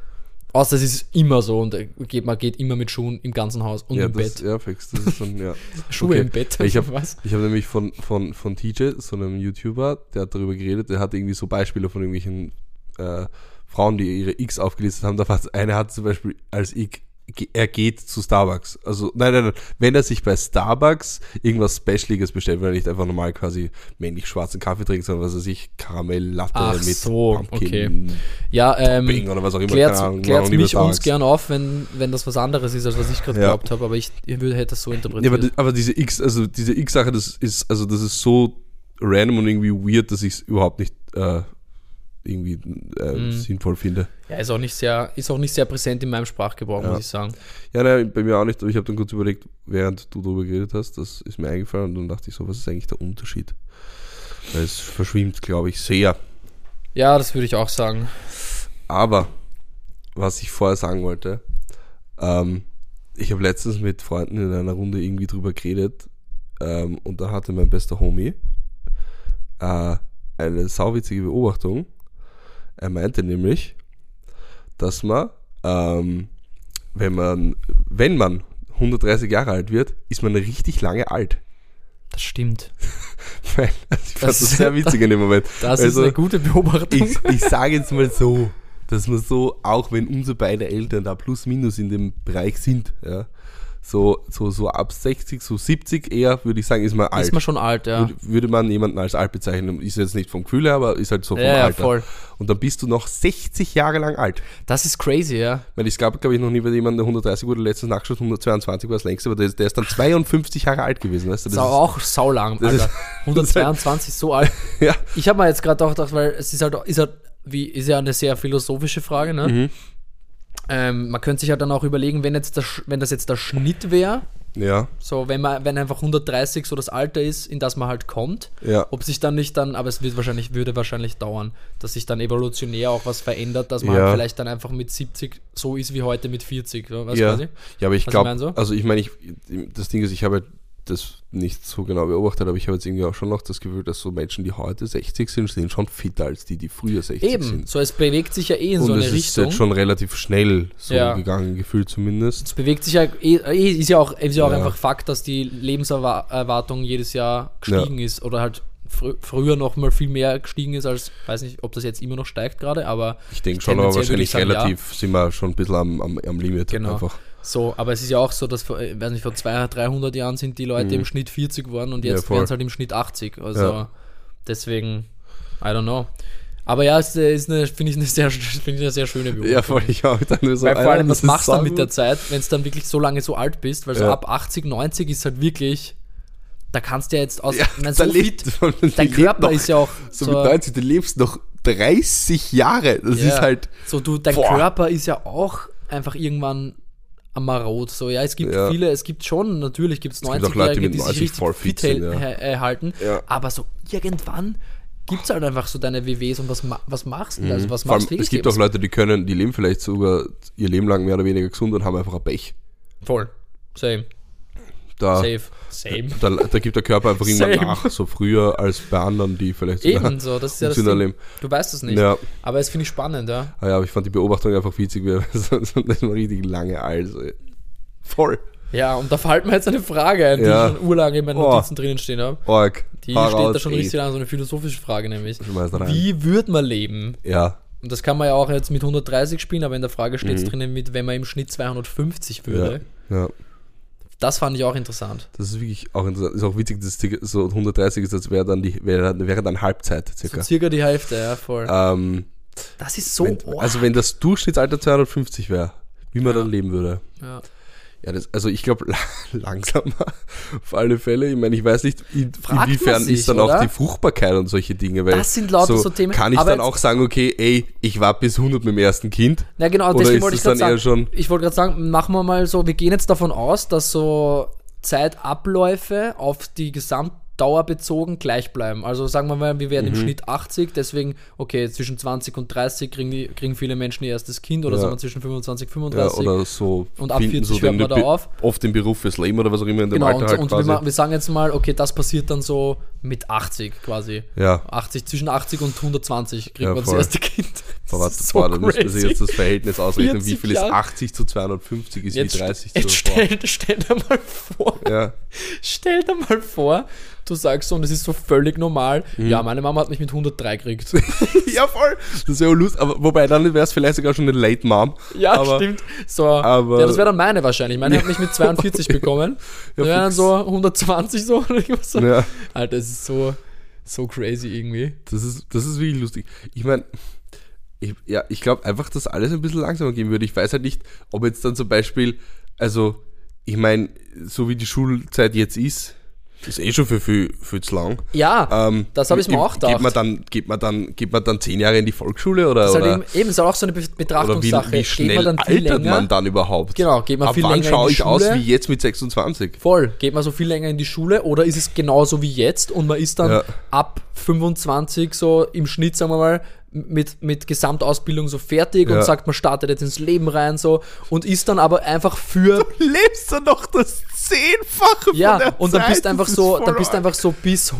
Außer es ist immer so und geht, man geht immer mit Schuhen im ganzen Haus und ja, im das, Bett. Ja, fix, das ist schon, ja. Schuhe okay. im Bett. Ich habe was? hab nämlich von, von, von T J, so einem YouTuber, der hat darüber geredet, der hat irgendwie so Beispiele von irgendwelchen äh, Frauen, die ihre X aufgelistet haben. Da war eine hat zum Beispiel als X, er geht zu Starbucks. Also, nein, nein, nein. Wenn er sich bei Starbucks irgendwas Specialiges bestellt, weil er nicht einfach normal quasi männlich schwarzen Kaffee trinkt, sondern was er sich Karamell Latte Ach mit so, Pumpkin okay. Ja, ähm, oder was auch immer. klärt, keine Ahnung, klärt noch nie bei mich uns Starbucks. gern auf, wenn, wenn das was anderes ist, als was ich gerade Ja. geglaubt habe, aber ich, ich würde, hätte das so Ja, interpretiert. aber, aber diese X, also diese X-Sache, das ist, also das ist so random und irgendwie weird, dass ich es überhaupt nicht äh, irgendwie äh, Mhm. sinnvoll finde. Ja, ist auch nicht sehr, ist auch nicht sehr präsent in meinem Sprachgebrauch, Ja. muss ich sagen. Ja, nein, bei mir auch nicht, aber ich habe dann kurz überlegt, während du darüber geredet hast, das ist mir eingefallen und dann dachte ich so, was ist eigentlich der Unterschied? Weil es verschwimmt, glaube ich, sehr. Ja, das würde ich auch sagen. Aber, was ich vorher sagen wollte, ähm, ich habe letztens mit Freunden in einer Runde irgendwie drüber geredet ähm, und da hatte mein bester Homie äh, eine sauwitzige Beobachtung. Er meinte nämlich, dass man, ähm, wenn man, wenn man hundertdreißig Jahre alt wird, ist man richtig lange alt. Das stimmt. Weil, also ich fand Das das, ist- sehr witzig in dem Moment. Das Also, ist eine gute Beobachtung. Ich, ich sage jetzt mal so, dass man so, auch wenn unsere beiden Eltern da plus minus in dem Bereich sind, ja, so, so, so ab sechzig, so siebzig eher, würde ich sagen, ist man alt. Ist man schon alt, ja. Würde, würde man jemanden als alt bezeichnen, ist jetzt nicht vom Gefühl her, aber ist halt so vom Ja, ja, Alter. voll. Und dann bist du noch sechzig Jahre lang alt. Das ist crazy, ja. Weil es gab, glaube ich, noch nie bei jemandem, der hundertdreißig wurde, letztens nachgeschaut, hundertzweiundzwanzig war das längste, aber der, ist- der ist dann zweiundfünfzig Jahre alt gewesen, weißt du? Das Das ist auch saulang, das Alter. ist- hundertzweiundzwanzig, so alt. ja. Ich habe mir jetzt gerade auch gedacht, weil es ist halt, ist halt, wie, ist ja eine sehr philosophische Frage, ne? Mhm. Ähm, man könnte sich halt dann auch überlegen, wenn, jetzt der, Sch- wenn das jetzt der Schnitt wäre, Ja, so wenn man, wenn einfach hundertdreißig so das Alter ist, in das man halt kommt, ja. ob sich dann nicht dann, aber es wird wahrscheinlich, würde wahrscheinlich dauern, dass sich dann evolutionär auch was verändert, dass man Ja. halt vielleicht dann einfach mit siebzig so ist wie heute mit vierzig, weißt du ja. quasi? ja, aber ich Was ich glaube, mein so? also ich meine, ich, das Ding ist, ich habe halt das nicht so genau beobachtet, aber ich habe jetzt irgendwie auch schon noch das Gefühl, dass so Menschen, die heute sechzig sind, sind schon fitter als die, die früher sechzig Eben, sind. so es bewegt sich ja eh in Und so eine es ist Richtung. jetzt schon relativ schnell so Ja. gegangen, gefühlt zumindest. Es bewegt sich ja, eh, eh, ist ja auch, ist ja auch Ja. einfach Fakt, dass die Lebenserwartung jedes Jahr gestiegen ist oder halt fr früher noch mal viel mehr gestiegen ist als, weiß nicht, ob das jetzt immer noch steigt gerade, aber Ich denke schon, aber tendenziell würde ich wahrscheinlich sagen, relativ sind wir schon ein bisschen am, am, am Limit. Genau. Einfach. so, aber es ist ja auch so, dass vor, ich weiß nicht, vor zweihundert, dreihundert Jahren sind die Leute im Schnitt vierzig geworden und Ja, jetzt voll. werden es halt im Schnitt achtzig, also Ja. deswegen, I don't know. Aber ja, es ist eine, finde ich, eine sehr, finde ich eine sehr schöne Beobachtung. Ja, voll, ich auch dann nur so. Weil vor Alter, allem, was das ist machst du dann saugut. mit der Zeit, wenn es dann wirklich so lange so alt bist, weil so Ja. ab achtzig, neunzig ist halt wirklich, da kannst du ja jetzt aus, Ja, ich mein, da so lebt- fit, die dein lebt Körper noch ist ja auch So, so, mit neunzig, du lebst noch dreißig Jahre. Das ja, ist halt. so du, dein Boah. Körper ist ja auch einfach irgendwann am Marot, so, ja, es gibt Ja. viele, es gibt schon, natürlich gibt es gibt auch Leute, die neunzigjährige, mit die sich neunzig richtig voll fit fit sind, hält- ja. hä- äh, halten, Ja. aber so irgendwann gibt es halt einfach so deine W Ws und was, ma was machst du, Mhm. also was Vor allem, machst du es gibt auch Leute, die können, die leben vielleicht sogar ihr Leben lang mehr oder weniger gesund und haben einfach ein Pech. Voll, same, Da, safe, same. da, da gibt der Körper einfach irgendwann Same. nach, so früher als bei anderen, die vielleicht sogar Ebenso, das ist ja das gesünder Ding. leben. Du weißt es nicht. Ja. Aber es finde ich spannend, ja. Ah ja, aber ich fand die Beobachtung einfach witzig, weil so- so- das war richtig lange alt. So. Voll. Ja, und da fällt mir jetzt eine Frage ein, die Ja. ich schon urlange in meinen Oh. Notizen drinnen stehen habe. Org. Die Hau steht da raus, schon ey. richtig lang, so eine philosophische Frage nämlich. Schmeiß da rein. Wie würde man leben? Ja. Und das kann man ja auch jetzt mit hundertdreißig spielen, aber in der Frage steht es Mhm. drinnen mit, wenn man im Schnitt zweihundertfünfzig Ja. würde. Ja. Das fand ich auch interessant. Das ist wirklich auch interessant. Ist auch witzig, dass es so hundertdreißig ist, das wäre dann die wäre, wäre dann Halbzeit So circa. circa die Hälfte, ja, voll. Ähm, Das ist so, wenn, oh, also wenn das Durchschnittsalter zweihundertfünfzig wäre, wie man dann leben würde. ja. Ja, das, also ich glaube langsamer auf alle Fälle. Ich meine, ich weiß nicht, in, Fragt man inwiefern sich, ist dann oder? auch die Fruchtbarkeit und solche Dinge. Weil Das sind lauter so Themen, Kann ich aber dann jetzt- auch sagen, okay, ey, ich war bis hundert mit dem ersten Kind? Ja, genau, Oder deswegen ist wollte ich es dann gerade eher sagen, schon... ich wollte gerade sagen, machen wir mal so, wir gehen jetzt davon aus, dass so Zeitabläufe auf die Gesamtdauer bezogen gleich bleiben. Also sagen wir mal, wir werden Mhm. im Schnitt achtzig, deswegen, okay, zwischen zwanzig und dreißig kriegen, die, kriegen viele Menschen ihr erstes Kind oder Ja. sagen wir zwischen fünfundzwanzig, Ja, fünfunddreißig. oder so. Und ab finden vierzig so hört den, man da Be- auf. Oft den Beruf fürs Leben oder was auch immer in dem Genau, Alter und, halt und wir, quasi. ma- wir sagen jetzt mal, okay, das passiert dann so mit achtzig quasi. Ja. achtzig, zwischen achtzig und hundertzwanzig kriegt Ja, man voll. das erste Kind. Boah, warte, so boah, dann müssen wir crazy. sich jetzt das Verhältnis ausrechnen, wie vierzig viel ist Jahre. achtzig zu zweihundertfünfzig ist Jetzt, wie dreißig jetzt zu stell, stell dir mal vor, Ja. stell dir mal vor, du sagst so, und das ist so völlig normal, Mhm. ja, meine Mama hat mich mit hundertdrei gekriegt. Ja, voll. Das ist ja auch lustig, aber wobei dann wäre es vielleicht sogar schon eine Late Mom. Ja, aber, stimmt. So, aber- ja, das wäre dann meine wahrscheinlich. Meine hat mich mit zweiundvierzig bekommen. Ja, Ja, wäre dann fix. so hundertzwanzig so oder irgendwas so. Ja, Alter, das ist so, so crazy irgendwie. das ist, das ist wirklich lustig. Ich meine, ich, ja, ich glaube einfach, dass alles ein bisschen langsamer gehen würde. Ich weiß halt nicht, ob jetzt dann zum Beispiel, also, ich meine, so wie die Schulzeit jetzt ist, ist eh schon für viel, viel zu lang. Ja, Ähm, das habe ich mir auch Geht gedacht. man dann, geht man dann, geht man dann zehn Jahre in die Volksschule oder, Das ist oder, halt eben, eben ist auch so eine Be- oder wie, Betrachtungssache. wie Geht schnell man dann viel altert länger? man dann überhaupt? Genau, geht man Ab viel wann länger in schaue die ich aus Schule? wie jetzt mit sechsundzwanzig? Voll. Geht man so viel länger in die Schule oder ist es genauso wie jetzt und man ist dann Ja. ab fünfundzwanzig so im Schnitt, sagen wir mal, mit, mit Gesamtausbildung so fertig Ja. und sagt, man startet jetzt ins Leben rein so und ist dann aber einfach für Lebst du noch das Zehnfache ja von der und dann Zeit? bist du einfach Das ist so, voll dann bist du arg. einfach so bis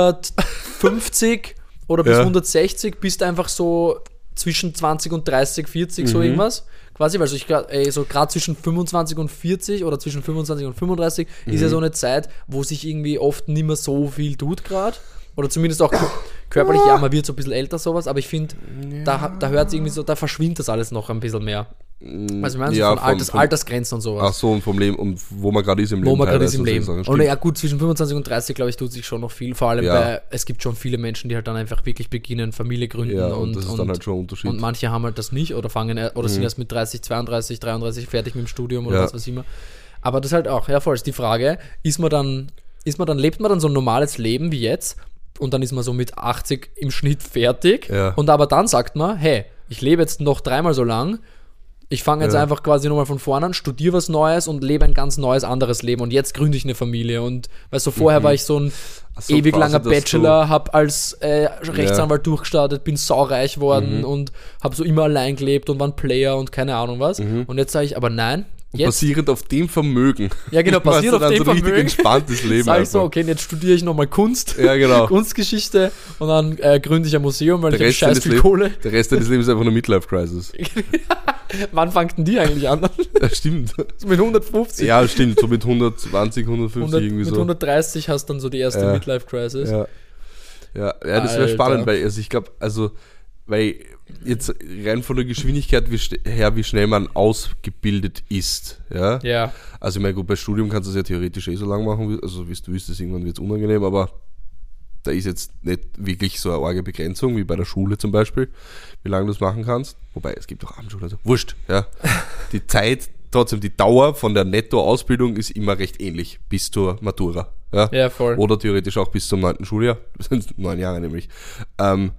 hundertfünfzig oder bis Ja. hundertsechzig bist du einfach so zwischen zwanzig und dreißig, vierzig so Mhm. irgendwas. Quasi, weil so ich grad, ey, so gerade zwischen fünfundzwanzig und vierzig oder zwischen fünfundzwanzig und fünfunddreißig ist Mhm. ja so eine Zeit, wo sich irgendwie oft nicht mehr so viel tut gerade. Oder zumindest auch kö- körperlich, ja, man wird so ein bisschen älter, sowas, aber ich finde, da, da hört es irgendwie so, da verschwindet das alles noch ein bisschen mehr. Also ich meine, so Ja, von vom- Alters, vom- Altersgrenzen und sowas. Ach so, und vom Leben, und wo man gerade ist im Leben. Wo man gerade ist teilweise im Leben. sozusagen. Und Stimmt. ja gut, zwischen fünfundzwanzig und dreißig, glaube ich, tut sich schon noch viel. Vor allem, Ja. weil es gibt schon viele Menschen, die halt dann einfach wirklich beginnen, Familie gründen. Ja, und, und das ist dann halt schon ein Unterschied. Und manche haben halt das nicht oder fangen er- oder sind Mhm. erst mit dreißig, zweiunddreißig, dreiunddreißig fertig mit dem Studium oder Ja. was weiß ich immer. Aber das ist halt auch, ja voll, ist die Frage, ist man dann, ist man dann, lebt man dann so ein normales Leben wie jetzt und dann ist man so mit achtzig im Schnitt fertig Ja. und aber dann sagt man, hey, ich lebe jetzt noch dreimal so lang, ich fange jetzt Ja. einfach quasi nochmal von vorne an, studiere was Neues und lebe ein ganz neues, anderes Leben. Und jetzt gründe ich eine Familie. Und weißt du, vorher war ich so ein Ach so, ewig quasi, langer dass Bachelor, habe als äh, Rechtsanwalt durchgestartet, bin saureich worden Mhm. und habe so immer allein gelebt und war ein Player und keine Ahnung was. Mhm. Und jetzt sage ich, aber nein, Und jetzt, basierend auf dem Vermögen. ja genau, hast du basierend auf dann dem so ein richtig Vermögen, entspanntes Leben. sage ich so, einfach. okay, jetzt studiere ich nochmal Kunst, Ja, genau. Kunstgeschichte und dann äh, gründe ich ein Museum, weil Der ich habe Rest, scheiß deines viel Leb- Kohle. der Rest deines Lebens ist einfach eine Midlife-Crisis. Wann fangt denn die eigentlich an? Ja, stimmt. So mit hundertfünfzig? Ja, stimmt. So mit hundertzwanzig, hundertfünfzig hundert, irgendwie mit so. hundertdreißig hast dann so die erste Ja. Midlife-Crisis. Ja, ja, ja das wäre Alter. spannend, weil also ich glaube, also, weil jetzt rein von der Geschwindigkeit wie, sch- her, wie schnell man ausgebildet ist, ja. Ja. Also ich meine, gut, bei Studium kannst du es ja theoretisch eh so lang machen, wie- also wie du wüsstest, irgendwann wird es unangenehm, aber da ist jetzt nicht wirklich so eine arge Begrenzung, wie bei der Schule zum Beispiel, wie lange du es machen kannst. Wobei, es gibt auch Abendschule, also wurscht, ja. Die Zeit, trotzdem die Dauer von der Netto-Ausbildung ist immer recht ähnlich, bis zur Matura, ja. Ja, voll. Oder theoretisch auch bis zum neunten Schuljahr. Das sind neun Jahre nämlich. Ähm,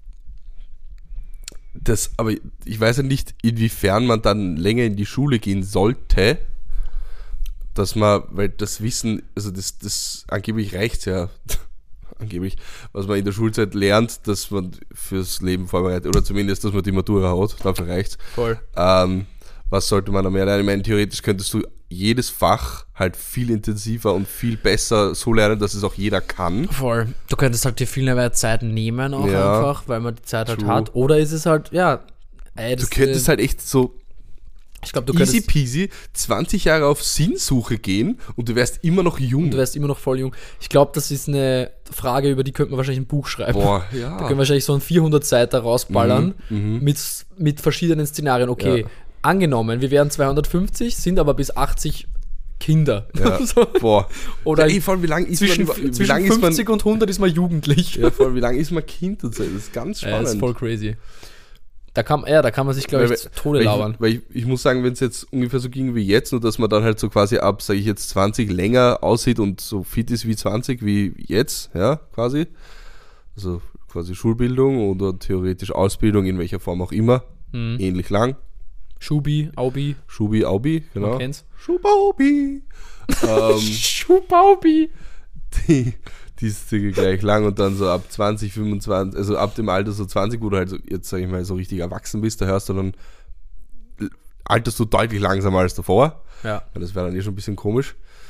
das, aber ich weiß ja nicht, inwiefern man dann länger in die Schule gehen sollte, dass man, weil das Wissen, also das, das angeblich reicht ja, angeblich, was man in der Schulzeit lernt, dass man fürs Leben vorbereitet, oder zumindest, dass man die Matura hat, dafür reicht's. Voll. Ähm, was sollte man da mehr lernen? Ich meine, theoretisch könntest du jedes Fach halt viel intensiver und viel besser so lernen, dass es auch jeder kann. Voll. Du könntest halt dir viel mehr Zeit nehmen auch Ja. einfach, weil man die Zeit halt True. hat. Oder ist es halt, ja, ey, Du das, könntest äh, halt echt so ich glaube, du easy könntest, peasy zwanzig Jahre auf Sinnsuche gehen und du wärst immer noch jung. du wärst immer noch voll jung. Ich glaube, das ist eine Frage, über die könnte man wahrscheinlich ein Buch schreiben. Boah, Da können wir ja. wahrscheinlich so ein vierhundert Seiten rausballern Mhm, mhm. mit, mit verschiedenen Szenarien. Okay, Ja. angenommen, wir wären zweihundertfünfzig, sind aber bis achtzig Kinder. Ja. so. Boah. Oder ja, ey, vor allem, wie lange ist zwischen, man, über- wie zwischen lang ist man, fünfzig und hundert ist man jugendlich. ja, vor allem, wie lange ist man Kind und so? Das ist ganz Ja, spannend. das ist voll crazy. Da kann, ja, da kann man sich, glaube ich, Weil- zu Tode weil labern. Ich, weil ich, ich muss sagen, wenn es jetzt ungefähr so ging wie jetzt, nur dass man dann halt so quasi ab, sage ich jetzt, zwanzig länger aussieht und so fit ist wie zwanzig wie jetzt, ja, quasi. Also quasi Schulbildung oder theoretisch Ausbildung, in welcher Form auch immer, Mhm. ähnlich lang. Schubi, Aubi, Schubi, Aubi, genau. man kennt's. Schubaubi. ähm, Schubaubi. die, die ist circa gleich lang und dann so ab zwanzig, fünfundzwanzig, also ab dem Alter so zwanzig, wo du halt so, jetzt sag ich mal, so richtig erwachsen bist, da hörst du dann, alterst du deutlich langsamer als davor. Ja. Weil das wäre dann eh schon ein bisschen komisch.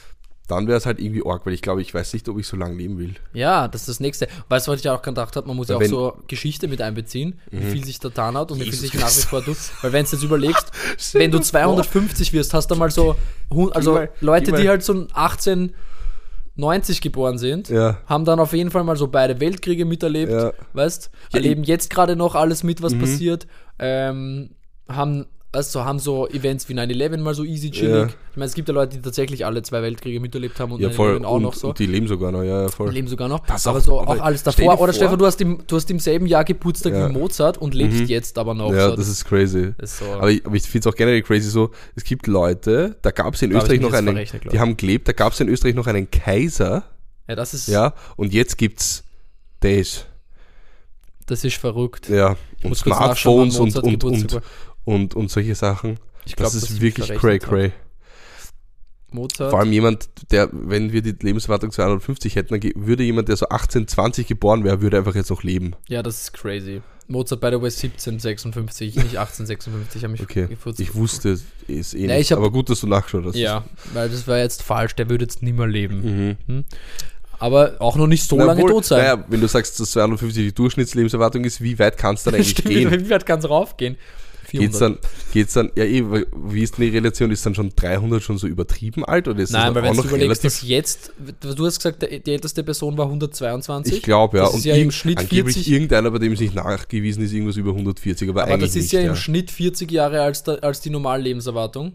dann wäre es halt irgendwie arg, weil ich glaube, ich weiß nicht, ob ich so lange leben will. Ja, das ist das Nächste. Weißt du, was ich auch gedacht habe? Man muss ja auch Wenn- so Geschichte mit einbeziehen, wie Mhm. viel sich da getan hat und wie viel Jesus sich nach wie Christus. vor tut. Weil wenn du jetzt überlegst, Stell wenn du dir vor. zweihundertfünfzig wirst, hast du mal so, hun- also mal- Leute, geh mal- die halt so achtzehnhundertneunzig geboren sind, Ja. haben dann auf jeden Fall mal so beide Weltkriege miterlebt, Ja. weißt, Ja, erleben jetzt gerade noch alles mit, was Mhm. passiert, ähm, haben, also haben so Events wie nine eleven mal so easy chillig. Ja. Ich meine, es gibt ja Leute, die tatsächlich alle zwei Weltkriege miterlebt haben und Ja, nine voll. eleven auch und, noch so. und die leben sogar noch, ja, ja, voll. Leben sogar noch. Pass aber auf, so aber auch alles stell dir davor. Oder vor- Stefan, du hast, im, du hast im selben Jahr Geburtstag Ja. wie Mozart und lebst Mhm. jetzt aber noch. Ja, so. das ist crazy. Das ist so. Aber ich, aber ich finde es auch generell crazy so, es gibt Leute, da gab es in Da hab Österreich ich mich noch jetzt einen, verrechnet, glaub die ich. haben gelebt, da gab es in Österreich noch einen Kaiser, ja, das ist, ja, und jetzt gibt's das, das ist verrückt. ja, und muss kurz nachschauen, Smartphones wann und, Mozart und, Geburtstag und, und, und solche Sachen. Ich glaub, Das ist dass ich wirklich mich cray verrechnet cray. Mozart. Vor allem jemand, der, wenn wir die Lebenserwartung zweihundertfünfzig hätten, dann ge- würde jemand, der so achtzehnhundertzwanzig geboren wäre, würde einfach jetzt noch leben. Ja, das ist crazy. Mozart, by the way, siebzehnhundertsechsundfünfzig, nicht achtzehnhundertsechsundfünfzig. Hab mich Okay, gefurzt. ich wusste es eh Ja, nicht, ich hab- aber gut, dass du nachschaut hast. Ja, weil das war jetzt falsch. Der würde jetzt nicht mehr leben. Mhm. Aber auch noch nicht so Na lange wohl, tot sein. Naja, wenn du sagst, dass zweihundertfünfzig die Durchschnittslebenserwartung ist, wie weit kann es dann eigentlich Stimmt, gehen? wie weit kann es raufgehen? Geht's dann, geht's dann, ja eh, weil- wie ist denn die Relation? Ist dann schon dreihundert schon so übertrieben alt oder ist Nein, das weil auch wenn du noch überlegst, relativ? dass jetzt, du hast gesagt, der- die älteste Person war hundertzweiundzwanzig. Ich glaube, ja. Das ist Und ja im irgend- Schnitt angeblich vierzig. irgendeiner, bei dem es nicht nachgewiesen ist, irgendwas über hundertvierzig, aber, Aber eigentlich das ist nicht, ja im Schnitt vierzig Jahre als, der, als die Normallebenserwartung.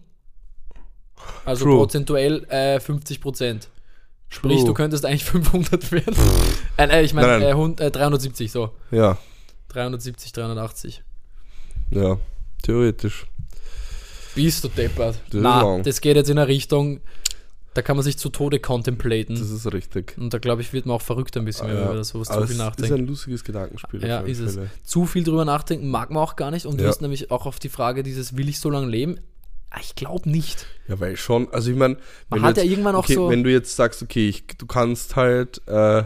Also True. prozentuell äh, fünfzig Prozent. Sprich, True. du könntest eigentlich fünfhundert werden. äh, äh, ich meine Nein, nein. äh, hund- äh, dreihundertsiebzig, so. Ja, dreihundertsiebzig, dreihundertachtzig. ja, theoretisch. Bist du deppert? Das ist Na, lang. das geht jetzt in eine Richtung, da kann man sich zu Tode contemplaten. Das ist richtig. Und da glaube ich, wird man auch verrückt ein bisschen, wenn man über sowas zu aber viel es ist nachdenkt. ein lustiges Gedankenspiel. Ja, auf alle ist es. Fälle. Zu viel drüber nachdenken mag man auch gar nicht. Und du Ja. hast nämlich auch auf die Frage dieses, will ich so lange leben? Ah, Ich glaube nicht. Ja, weil schon, also ich meine, Man hat ja irgendwann auch okay, so- wenn du jetzt sagst, okay, ich, du kannst halt äh,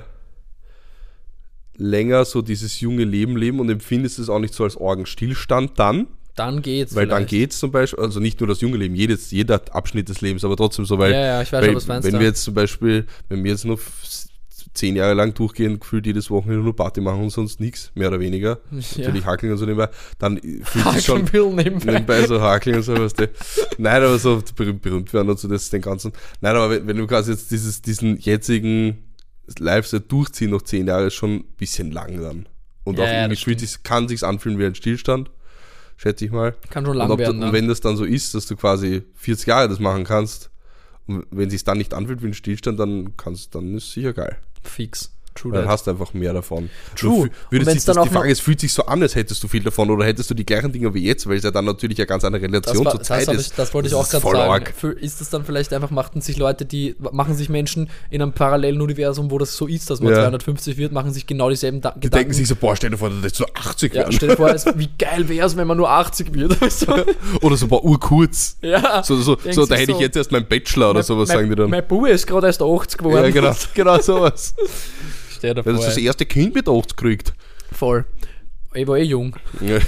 länger so dieses junge Leben leben und empfindest es auch nicht so als Orgenstillstand dann, Dann geht's. weil dann vielleicht. geht's zum Beispiel, also nicht nur das junge Leben, jedes, jeder Abschnitt des Lebens, aber trotzdem so, weil, Ja, ja, ich weiß weil schon, was du meinst. wenn da. wir jetzt zum Beispiel, wenn wir jetzt nur f- zehn Jahre lang durchgehen, gefühlt jedes Wochenende nur Party machen und sonst nichts, mehr oder weniger, natürlich hakeln und so nebenbei, dann fühlt sich schon Hakeln will nebenbei. nebenbei so hakeln und so, weißt du. Nein, aber so berühmt, berühmt werden und so, das den ganzen. Nein, aber wenn, wenn du quasi jetzt dieses, diesen jetzigen Lifestyle durchziehen, noch zehn Jahre, ist schon ein bisschen lang dann. Und Ja, auch ja, irgendwie das fühlt sich, kann sich's anfühlen wie ein Stillstand, schätze ich mal. Kann schon Und, lang ob werden. da, und Ne? wenn das dann so ist, dass du quasi vierzig Jahre das machen kannst, und wenn sich's dann nicht anfühlt wie ein Stillstand, dann kannst, dann ist sicher geil. Fix. True Weil dann that. hast du einfach mehr davon. True. Nur fü- Und Würde wenn's sich dann das, auch die Frage noch- ist, fühlt sich so an, als hättest du viel davon oder hättest du die gleichen Dinge wie jetzt, weil es ja dann natürlich eine ganz andere Relation war- zur Zeit hab ist. Ich, das wollte ich Das auch ist gerade voll sagen. arg. Für, ist das dann vielleicht einfach, machten sich Leute, die, machen sich Menschen in einem parallelen Universum, wo das so ist, dass man Ja. zweihundertfünfzig wird, machen sich genau dieselben da Die Gedanken. denken sich so, boah, stell dir vor, das ist so achtzig ja, werden. stell dir vor, es, wie geil wäre es, wenn man nur achtzig wird. Weißt du? Oder so, boah, urkurz. Ja. So, so, Denken so sich da hätte ich so, jetzt erst meinen Bachelor oder sowas, mein, sagen die dann. Mein Bub ist gerade erst achtzig geworden. Ja, genau, genau sowas. Stell dir Ja, das vor, ist das ey. erste Kind mit achtzig gekriegt. Voll. Ich war eh jung. Ja,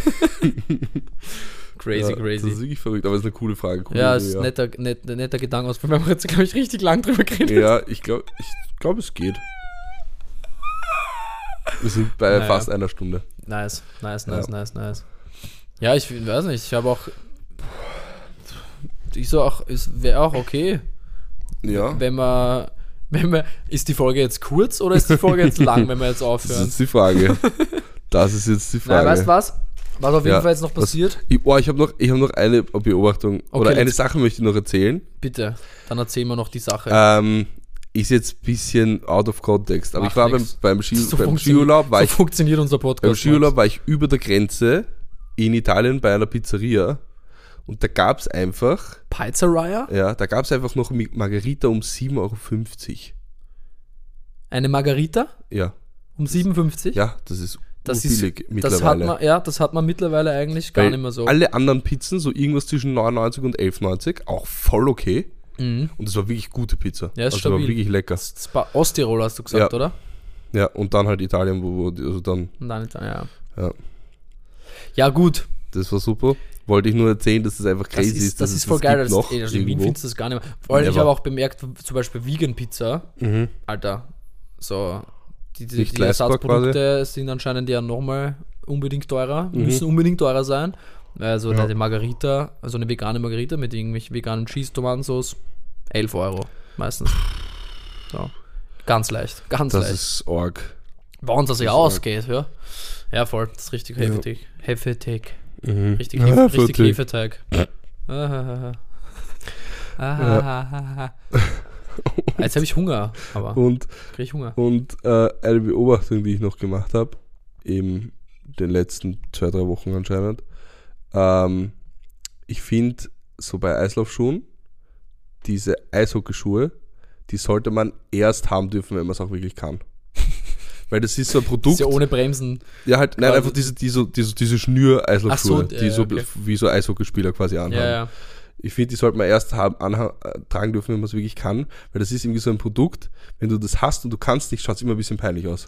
Crazy, ja, crazy. Das ist wirklich verrückt, aber es ist eine coole Frage. Coole Ja, Idee, ist ein netter, net, netter Gedanke aus. Wir haben jetzt, glaube ich, richtig lang drüber geredet. Ja, ich glaube, ich glaub, es geht. Wir sind bei Naja. fast einer Stunde. Nice, nice, nice, Ja. nice, nice. Ja, ich weiß nicht, ich habe auch. Ich so auch, es wäre auch okay, Ja. wenn man. Wenn man. Ist die Folge jetzt kurz oder ist die Folge jetzt lang, wenn wir jetzt Das aufhören? ist jetzt die Frage. Das ist jetzt die Nein, Frage. weißt du was? Was auf jeden Ja, Fall jetzt noch was- passiert? Ich, oh, ich habe noch, ich hab noch eine Beobachtung oder let's- eine Sache möchte ich noch erzählen. Bitte, dann erzählen wir noch die Sache. Ähm, ist jetzt ein bisschen out of context, aber Macht ich war beim, nix. beim, Ski, So beim funktioniert- Skiurlaub, war so ich, funktioniert unser Podcast. beim Skiurlaub war ich über der Grenze in Italien bei einer Pizzeria und da gab es einfach, Pizzeria? ja, da gab es einfach noch Mi- Margarita um sieben Euro fünfzig. Eine Margarita Ja, um siebenundfünfzig? ja, das ist das ist, billig das hat mittlerweile. man, ja, das hat man mittlerweile eigentlich gar Weil nicht mehr so. Alle anderen Pizzen, so irgendwas zwischen neunundneunzig und elf neunzig, auch voll okay. Mhm. Und das war wirklich gute Pizza. Ja, ist also war stabil. wirklich lecker. Das ist bei Osttirol hast du gesagt, Ja. oder? Ja, und dann halt Italien, wo, wo die- also dann, Und dann, ja. ja. Ja, gut. Das war super. Wollte ich nur erzählen, dass das einfach crazy das ist. ist. Das dass ist es voll das geil. gibt Das, noch ey, also in Wien irgendwo. findest du das gar nicht mehr. Vor allem, ich Never. habe auch bemerkt, zum Beispiel Vegan-Pizza, Mhm. Alter, so, die, die, Nicht die leistbar Ersatzprodukte sind anscheinend ja nochmal unbedingt teurer, Mhm. müssen unbedingt teurer sein. Also Ja. die Margarita, also eine vegane Margarita mit irgendwelchen veganen Cheese, Tomatensauce, elf Euro meistens. So. Ganz leicht, ganz Das leicht. ist arg. Warum das ja ist ausgeht, ja. Ja, voll, das ist richtig Ja. heftig. Hefeteig. Mhm. Richtig, Ja, hef richtig Hefeteig. Hefeteig. Ahahaha. Ahahaha. Jetzt habe ich Hunger, aber Und, kriege ich Hunger. und äh, eine Beobachtung, die ich noch gemacht habe, eben den letzten zwei, drei Wochen anscheinend. Ähm, ich finde, so bei Eislaufschuhen, diese Eishockeyschuhe, die sollte man erst haben dürfen, wenn man es auch wirklich kann. Weil das ist so ein Das Produkt. ist ja ohne Bremsen. Ja, halt, nein, quasi. einfach diese, diese, diese, diese Schnür-Eislaufschuhe, Ach so, die ja, so okay. wie so Eishockeyspieler quasi anhaben. Ja, ja. Ich finde, die sollte man erst haben, anha- äh, tragen dürfen, wenn man es wirklich kann, weil das ist irgendwie so ein Produkt, wenn du das hast und du kannst nicht, schaut es immer ein bisschen peinlich aus.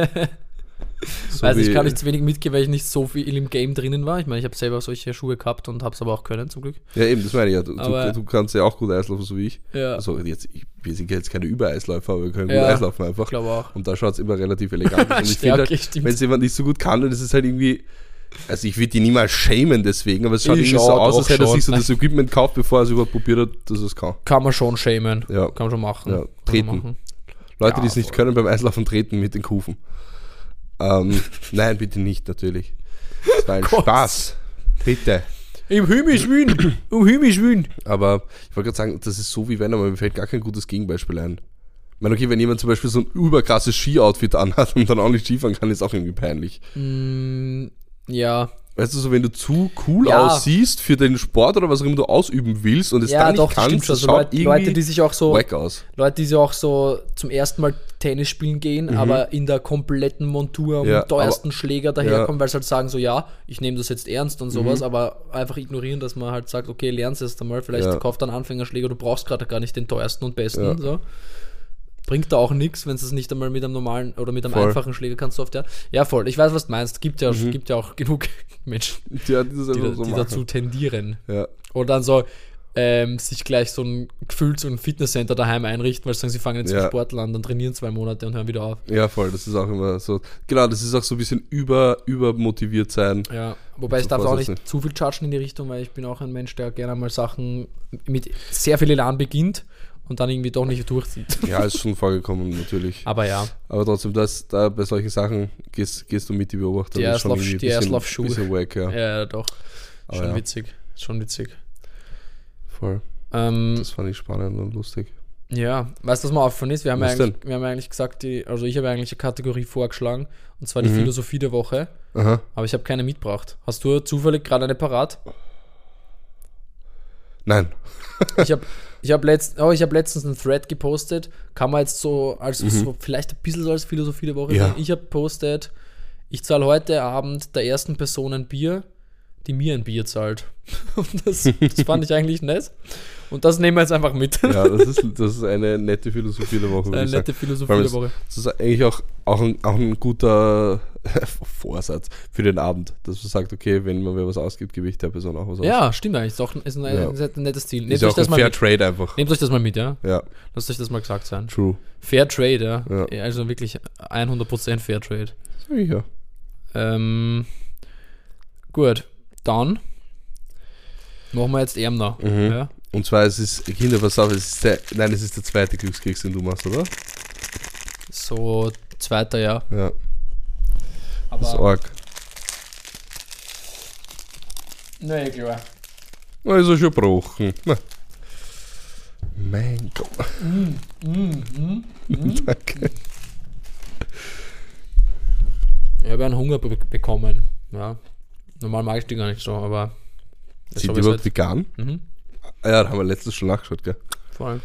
So Also ich wie- kann nicht zu wenig mitgehen, weil ich nicht so viel im Game drinnen war. Ich meine, ich habe selber solche Schuhe gehabt und habe es aber auch können, zum Glück. Ja, eben, das meine ich ja. Du, Aber- du, du kannst ja auch gut Eislaufen, so wie ich. Ja, Also jetzt, ich, wir sind jetzt keine Übereisläufer, aber wir können Ja. gut Eislaufen ich einfach. glaube auch. Und da schaut es immer relativ elegant aus. Und ich finde, Stärke, halt, stimmt. wenn es jemand nicht so gut kann, dann ist es halt irgendwie. Also ich würde die niemals shamen deswegen, aber es schaut Ich irgendwie so schau, aus, doch als hätte er schon. sich so das Equipment gekauft, bevor er es überhaupt probiert hat, dass er es kann. Kann man schon shamen. Ja. Kann man schon machen. Ja, Kann man treten. machen. Leute, Ja, die es nicht voll. können beim Eislaufen treten mit den Kufen. Ähm, nein, bitte nicht, natürlich. Das war ein Gott. Spaß. Bitte. Im Hümisch Wien! Im Hümisch Wien! Aber ich wollte gerade sagen, das ist so wie wenn, aber mir fällt gar kein gutes Gegenbeispiel ein. Ich meine, okay, wenn jemand zum Beispiel so ein überkrasses Ski-Outfit anhat und dann auch nicht Skifahren kann, ist auch irgendwie peinlich. Mm, ja. Weißt du, so wenn du zu cool Ja. aussiehst für den Sport oder was auch immer du ausüben willst und es Ja, dann nicht doch, das stimmt kannst, schon. das So schaut Leute, irgendwie Leute, die sich auch so, wack aus. Leute, die sich auch so zum ersten Mal Tennis spielen gehen, aber in der kompletten Montur und Ja, teuersten Schläger daherkommen, ja. weil sie halt sagen so, ja, ich nehme das jetzt ernst und sowas, aber einfach ignorieren, dass man halt sagt, okay, lern's erst einmal, vielleicht Ja. kauft einen Anfängerschläger, du brauchst gerade gar nicht den teuersten und besten, Ja. so. Bringt da auch nichts, wenn du es nicht einmal mit einem normalen oder mit einem Voll. einfachen Schläger kannst du oft, ja. Ja, voll. Ich weiß, was du meinst. Gibt ja, gibt ja auch genug Menschen, Ja, die das die, einfach da- so die machen. dazu tendieren. Ja. Oder dann so ähm, sich gleich so ein gefühlt so ein Fitnesscenter daheim einrichten, weil sie sagen, sie fangen jetzt Ja. mit Sportler an, dann trainieren zwei Monate und hören wieder auf. Ja, voll, das ist auch immer so. Genau, das ist auch so ein bisschen über, übermotiviert sein. Ja, wobei ich So darf auch nicht vorsätzlich. zu viel chargen in die Richtung, weil ich bin auch ein Mensch, der gerne mal Sachen mit sehr viel Elan beginnt und dann irgendwie doch nicht durchzieht. Ja, ist schon vorgekommen, natürlich. Aber ja, Aber trotzdem, das, da bei solchen Sachen gehst, gehst du mit die Beobachter. Die das ist schon Erstlauf- irgendwie ein die bisschen- Erstlaufschuhe. bisschen wack, ja. ja, doch. Aber Schon ja. witzig. Schon witzig. Voll. Ähm, Das fand ich spannend und lustig. ja, weißt du, was mir aufgefallen ist? Wir haben, ja Was eigentlich, wir haben ja eigentlich gesagt, die, also ich habe eigentlich eine Kategorie vorgeschlagen, und zwar die Mhm. Philosophie der Woche, Aha. aber ich habe keine mitgebracht. Hast du zufällig gerade eine parat? Nein. Ich habe ich hab letzt, oh, ich hab letztens einen Thread gepostet, kann man jetzt so, als so vielleicht ein bisschen so als Philosophie der Woche Mhm. Ja. sagen. Ich habe postet, ich zahle heute Abend der ersten Person ein Bier, die mir ein Bier zahlt. Und das, das fand ich eigentlich nett. Und das nehmen wir jetzt einfach mit. Ja, das ist, das ist eine nette Philosophie der Woche, würde Eine ich sagen. nette Philosophie Weil der es- Woche. Das ist eigentlich auch, auch, ein, auch ein guter Vorsatz für den Abend, dass man sagt, okay, wenn man wer was ausgibt, gebe ich der Person auch was aus. Ja, stimmt eigentlich. Ist auch ein, ist ein, Ja. ein nettes Ziel. ist Nehmt ja euch, auch das ein mal Fair mit. Trade einfach. Nehmt euch das mal mit, ja? Ja, Lasst euch das mal gesagt sein. true. Fair Trade, ja. Ja. Ja, also wirklich hundert Prozent Fair Trade. Sag ich ja. Ähm, gut, dann machen wir jetzt Ärmner. Mhm. Ja? Und zwar, es ist, Kinder, pass auf, es ist der, nein, es ist der zweite Glückskeks, den du machst, oder? So zweiter Jahr. Ja, das ist Aber arg. na ja, klar. Na, ist er schon gebrochen. Na. Mein Gott. Danke. Ich habe einen Hunger be bekommen. Ja. Normal mag ich die gar nicht so, aber das Sind hab die ich überhaupt seit- vegan? Mhm, Ah ja, da haben wir letztens schon nachgeschaut, gell? voll.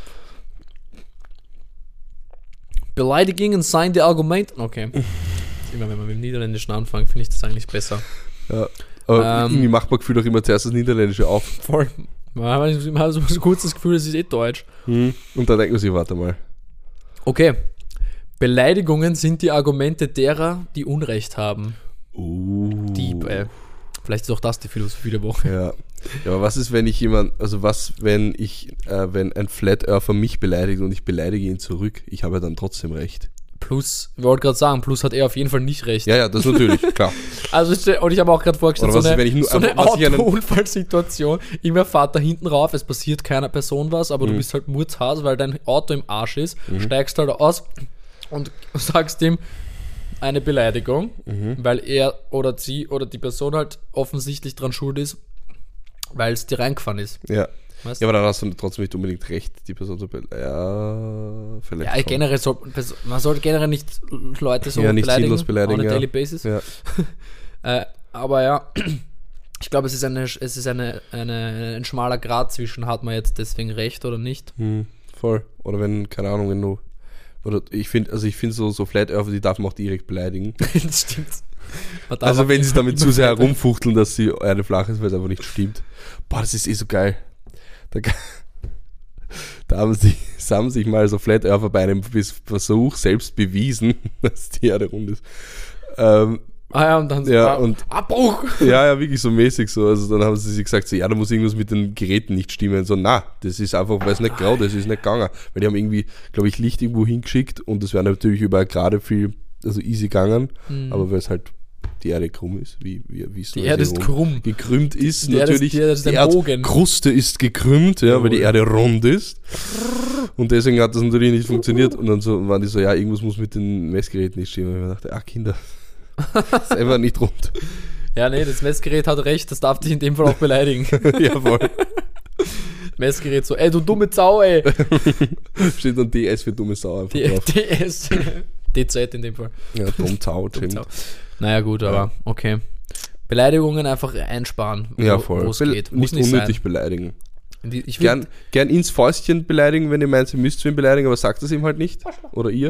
Beleidigungen seien die Argumente. Okay. Immer wenn man mit dem Niederländischen anfängt, finde ich das eigentlich besser. Ja. Aber Ähm. irgendwie macht man gefühlt auch immer zuerst das Niederländische auf. Voll. Man hat man hat so ein kurzes Gefühl, es ist eh Deutsch. Und dann denkt man sich, warte mal. Okay. Beleidigungen sind die Argumente derer, die Unrecht haben. Uh. Dieb, ey. Vielleicht ist auch das die Philosophie der Woche. Ja. Ja, aber was ist, wenn ich jemand, also was, wenn ich, äh, wenn ein Flat Earther mich beleidigt und ich beleidige ihn zurück, ich habe dann trotzdem recht. Plus, ich wollte gerade sagen, plus hat er auf jeden Fall nicht recht. Ja, ja, das natürlich, klar. Also, ich- und ich habe auch gerade vorgestellt, Oder so was eine, ist, wenn ich nur- so eine was ich einen- Autounfallsituation. Immer fahrt da hinten rauf, es passiert keiner Person was, aber Mhm. du bist halt murzhart, weil dein Auto im Arsch ist, steigst halt aus und sagst ihm eine Beleidigung, Mhm. weil er oder sie oder die Person halt offensichtlich dran schuld ist, weil es dir reingefahren ist. Ja. Weißt Ja, aber dann hast du trotzdem nicht unbedingt recht, die Person zu beleidigen. Ja, vielleicht. Ja, schon. generell soll, man sollte generell nicht Leute so Ja, nicht beleidigen, sinnlos beleidigen, on a ja. daily basis. Ja. Äh, aber ja, ich glaube, es ist, eine, es ist eine, eine, ein schmaler Grat zwischen, hat man jetzt deswegen recht oder nicht. Hm, voll. Oder wenn, keine Ahnung, wenn du. Oder ich finde, also ich finde so, so Flat Earther, die darf man auch direkt beleidigen. Das stimmt. Man darf Also auch wenn sie damit zu immer sehr Flat- herumfuchteln, dass sie eine flach ist, weil es einfach nicht stimmt. Boah, das ist eh so geil. Da, da haben, sie, da haben sich mal so Flat Earther bei einem Versuch selbst bewiesen, dass die Erde rund ist. Ähm, Ah ja, und dann so, Ja, ah, und- Abbruch! ja, ja, wirklich so mäßig so. Also dann haben sie sich gesagt, so, ja, da muss irgendwas mit den Geräten nicht stimmen. So, na, das ist einfach, weil es nicht grau, das ist nicht gegangen. Weil die haben irgendwie, glaube ich, Licht irgendwo hingeschickt und das wäre natürlich über gerade viel, also easy gegangen. Mhm. Aber weil es halt die Erde krumm ist, wie, wie, wie es Die Erde ist krumm. gekrümmt ist, Die Erde ist- natürlich. die Erde ist ein Erd- Bogen. Kruste ist gekrümmt, ja, weil die Erde rund ist. Und deswegen hat das natürlich nicht funktioniert. Und dann so waren die so, ja, irgendwas muss mit den Messgeräten nicht stimmen. Und ich dachte, ach Kinder, ist einfach nicht rund. Ja, nee, das Messgerät hat recht, das darf dich in dem Fall auch beleidigen. Ja, voll. Messgerät so, ey, du dumme Sau, ey. Steht dann D S für dumme Sau einfach D- drauf. DS. D Z in dem Fall. Ja, dumm Sau, Dumm stimmt. Sau. Naja, gut, aber okay. Beleidigungen einfach einsparen, wo Ja, voll. wo es Bel- geht. Muss nicht nicht unnötig sein. beleidigen. Die- Ich Gern, würd, gern ins Fäustchen beleidigen, wenn ihr meint, ihr müsst ihn beleidigen, aber sagt es ihm halt nicht. Oder ihr.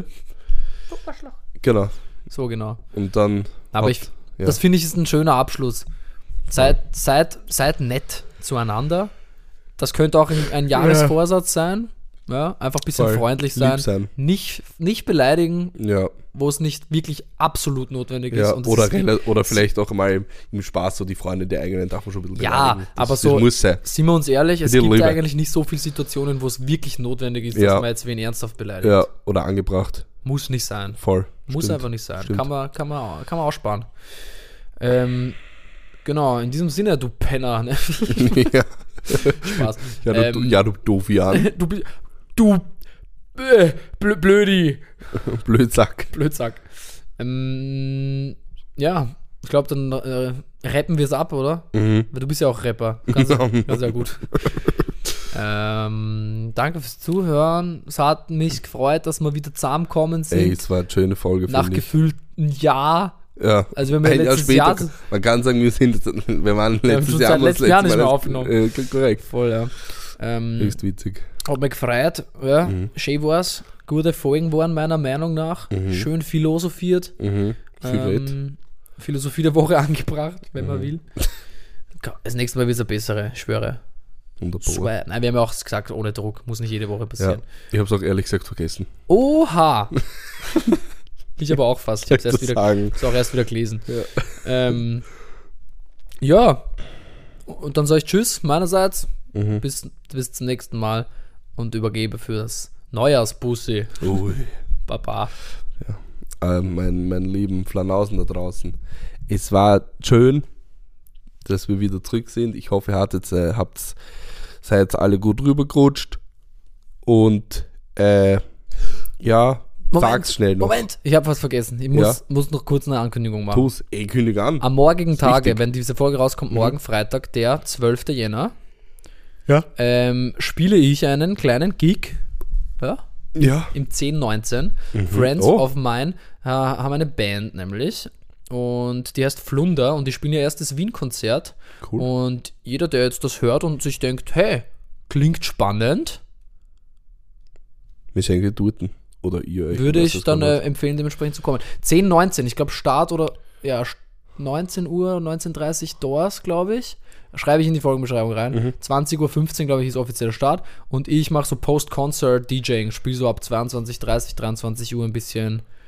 Genau. so genau. Und dann. Aber hat- ich, ja. das finde ich ist ein schöner Abschluss. Seid, seid, seid nett zueinander. Das könnte auch ein, ein Jahresvorsatz sein. Ja, einfach ein bisschen Voll. freundlich Lieb sein. sein. Nicht, nicht beleidigen, Ja, wo es nicht wirklich absolut notwendig ist. ja. Und das Oder, ist- rela- oder vielleicht auch mal im Spaß so die Freunde der eigenen darf man schon ein bisschen Ja, beleidigen. Das, aber das so- muss sein. Sind wir uns ehrlich, es Bitte gibt Liebe. eigentlich nicht so viele Situationen, wo es wirklich notwendig ist, Ja. dass man jetzt wen ernsthaft beleidigt. Ja, oder angebracht. Muss nicht sein. Voll. Muss Stimmt. einfach nicht sein. Stimmt. Kann man, kann, man, kann man aussparen. Ähm, genau, in diesem Sinne, du Penner. Ne? ja. Spaß. Ja, du, du, Ähm, ja, du Doofian. Du, bi- du äh, Blö, Blödi. Blödsack. Blödsack. Ähm, ja, ich glaube, dann äh, rappen wir es ab, oder? Mhm. Weil du bist ja auch Rapper. Ganz, ganz ja gut. ähm, danke fürs Zuhören. Es hat mich gefreut, dass wir wieder zusammengekommen sind. Ey, es war eine schöne Folge, nach finde ich. gefühltem Jahr. Ja. Also wir haben ja Ein Jahr letztes später, Jahr... man kann sagen, wir sind, wir waren haben letztes schon Jahr, seit haben wir das letztem Jahr letzte nicht mehr Mal- aufgenommen. Äh, korrekt. Voll, ja. Ähm, Höchst witzig. Hat mich gefreut. Ja, Mhm. schön war's. Gute Folgen waren meiner Meinung nach. Mhm. Schön philosophiert. Mhm. Viel Red. Ähm, Philosophie der Woche angebracht, wenn Mhm. man will. Das nächste Mal wird es eine bessere, ich schwöre. Wunderbar. Swear. Nein, wir haben ja auch gesagt, ohne Druck. Muss nicht jede Woche Ja, passieren. ich habe es auch ehrlich gesagt vergessen. Oha! Ich aber auch fast. Ich habe es erst zu wieder, sagen. hab's auch erst wieder gelesen. Ja. Ähm, ja. Und dann sage ich Tschüss meinerseits. Mhm. Bis, bis zum nächsten Mal und übergebe für das Neujahrsbussi. Ui. Baba. Äh, mein, mein lieben Flanausen da draußen. Es war schön, dass wir wieder zurück sind. Ich hoffe, ihr hattet, äh, habt's, seid alle gut rübergerutscht. Und äh, ja, sag's schnell noch. Moment, ich habe was vergessen. Ich muss, Ja. muss noch kurz eine Ankündigung machen. Tu's, ey, kündig an. Am morgigen Ist Tage, wichtig. wenn diese Folge rauskommt, morgen Freitag, der zwölfte Jänner, Ja. ähm, spiele ich einen kleinen Gig. Ja, Ja. im zehn neunzehn. Friends Oh. of Mine äh, haben eine Band nämlich und die heißt Flunder und die spielen ihr erstes Wien-Konzert. Cool. Und jeder, der jetzt das hört und sich denkt, hey, klingt spannend, Wir sind hier dort. Oder ihr euch. würde was ich das dann war. äh, empfehlen, dementsprechend zu kommen. zehn neunzehn, ich glaube Start oder ja, neunzehn Uhr, neunzehn Uhr dreißig Doors, glaube ich. Schreibe ich in die Folgenbeschreibung rein. Mhm. zwanzig Uhr fünfzehn, glaube ich, ist offizieller Start. Und ich mache so Post-Concert-DJing, spiele so ab zweiundzwanzig Uhr dreißig, dreiundzwanzig Uhr ein bisschen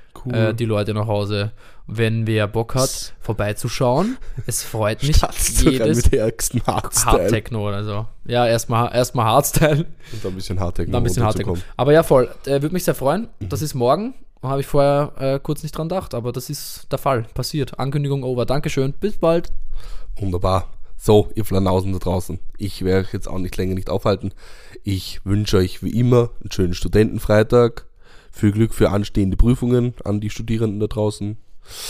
Cool. äh, die Leute nach Hause. Wenn wer Bock hat, vorbeizuschauen, es freut mich Startest du rein jedes mit ärgsten Hardstyle. Hardtechno oder so. Ja, erstmal erstmal Hardstyle, Und dann ein bisschen Hardtechno. dann ein bisschen Hardtechno. Aber ja, voll. Äh, würde mich sehr freuen. Mhm. Das ist morgen. Habe ich vorher äh, kurz nicht dran gedacht, aber das ist der Fall. Passiert. Ankündigung over. Dankeschön. Bis bald. Wunderbar. So, ihr Flanausen da draußen. Ich werde euch jetzt auch nicht länger nicht aufhalten. Ich wünsche euch wie immer einen schönen Studentenfreitag. Viel Glück für anstehende Prüfungen an die Studierenden da draußen.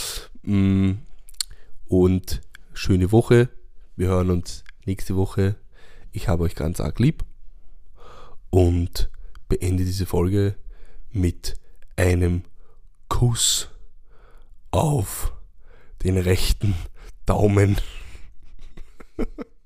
Und schöne Woche. Wir hören uns nächste Woche. Ich habe euch ganz arg lieb. Und beende diese Folge mit einem Kuss auf den rechten Daumen.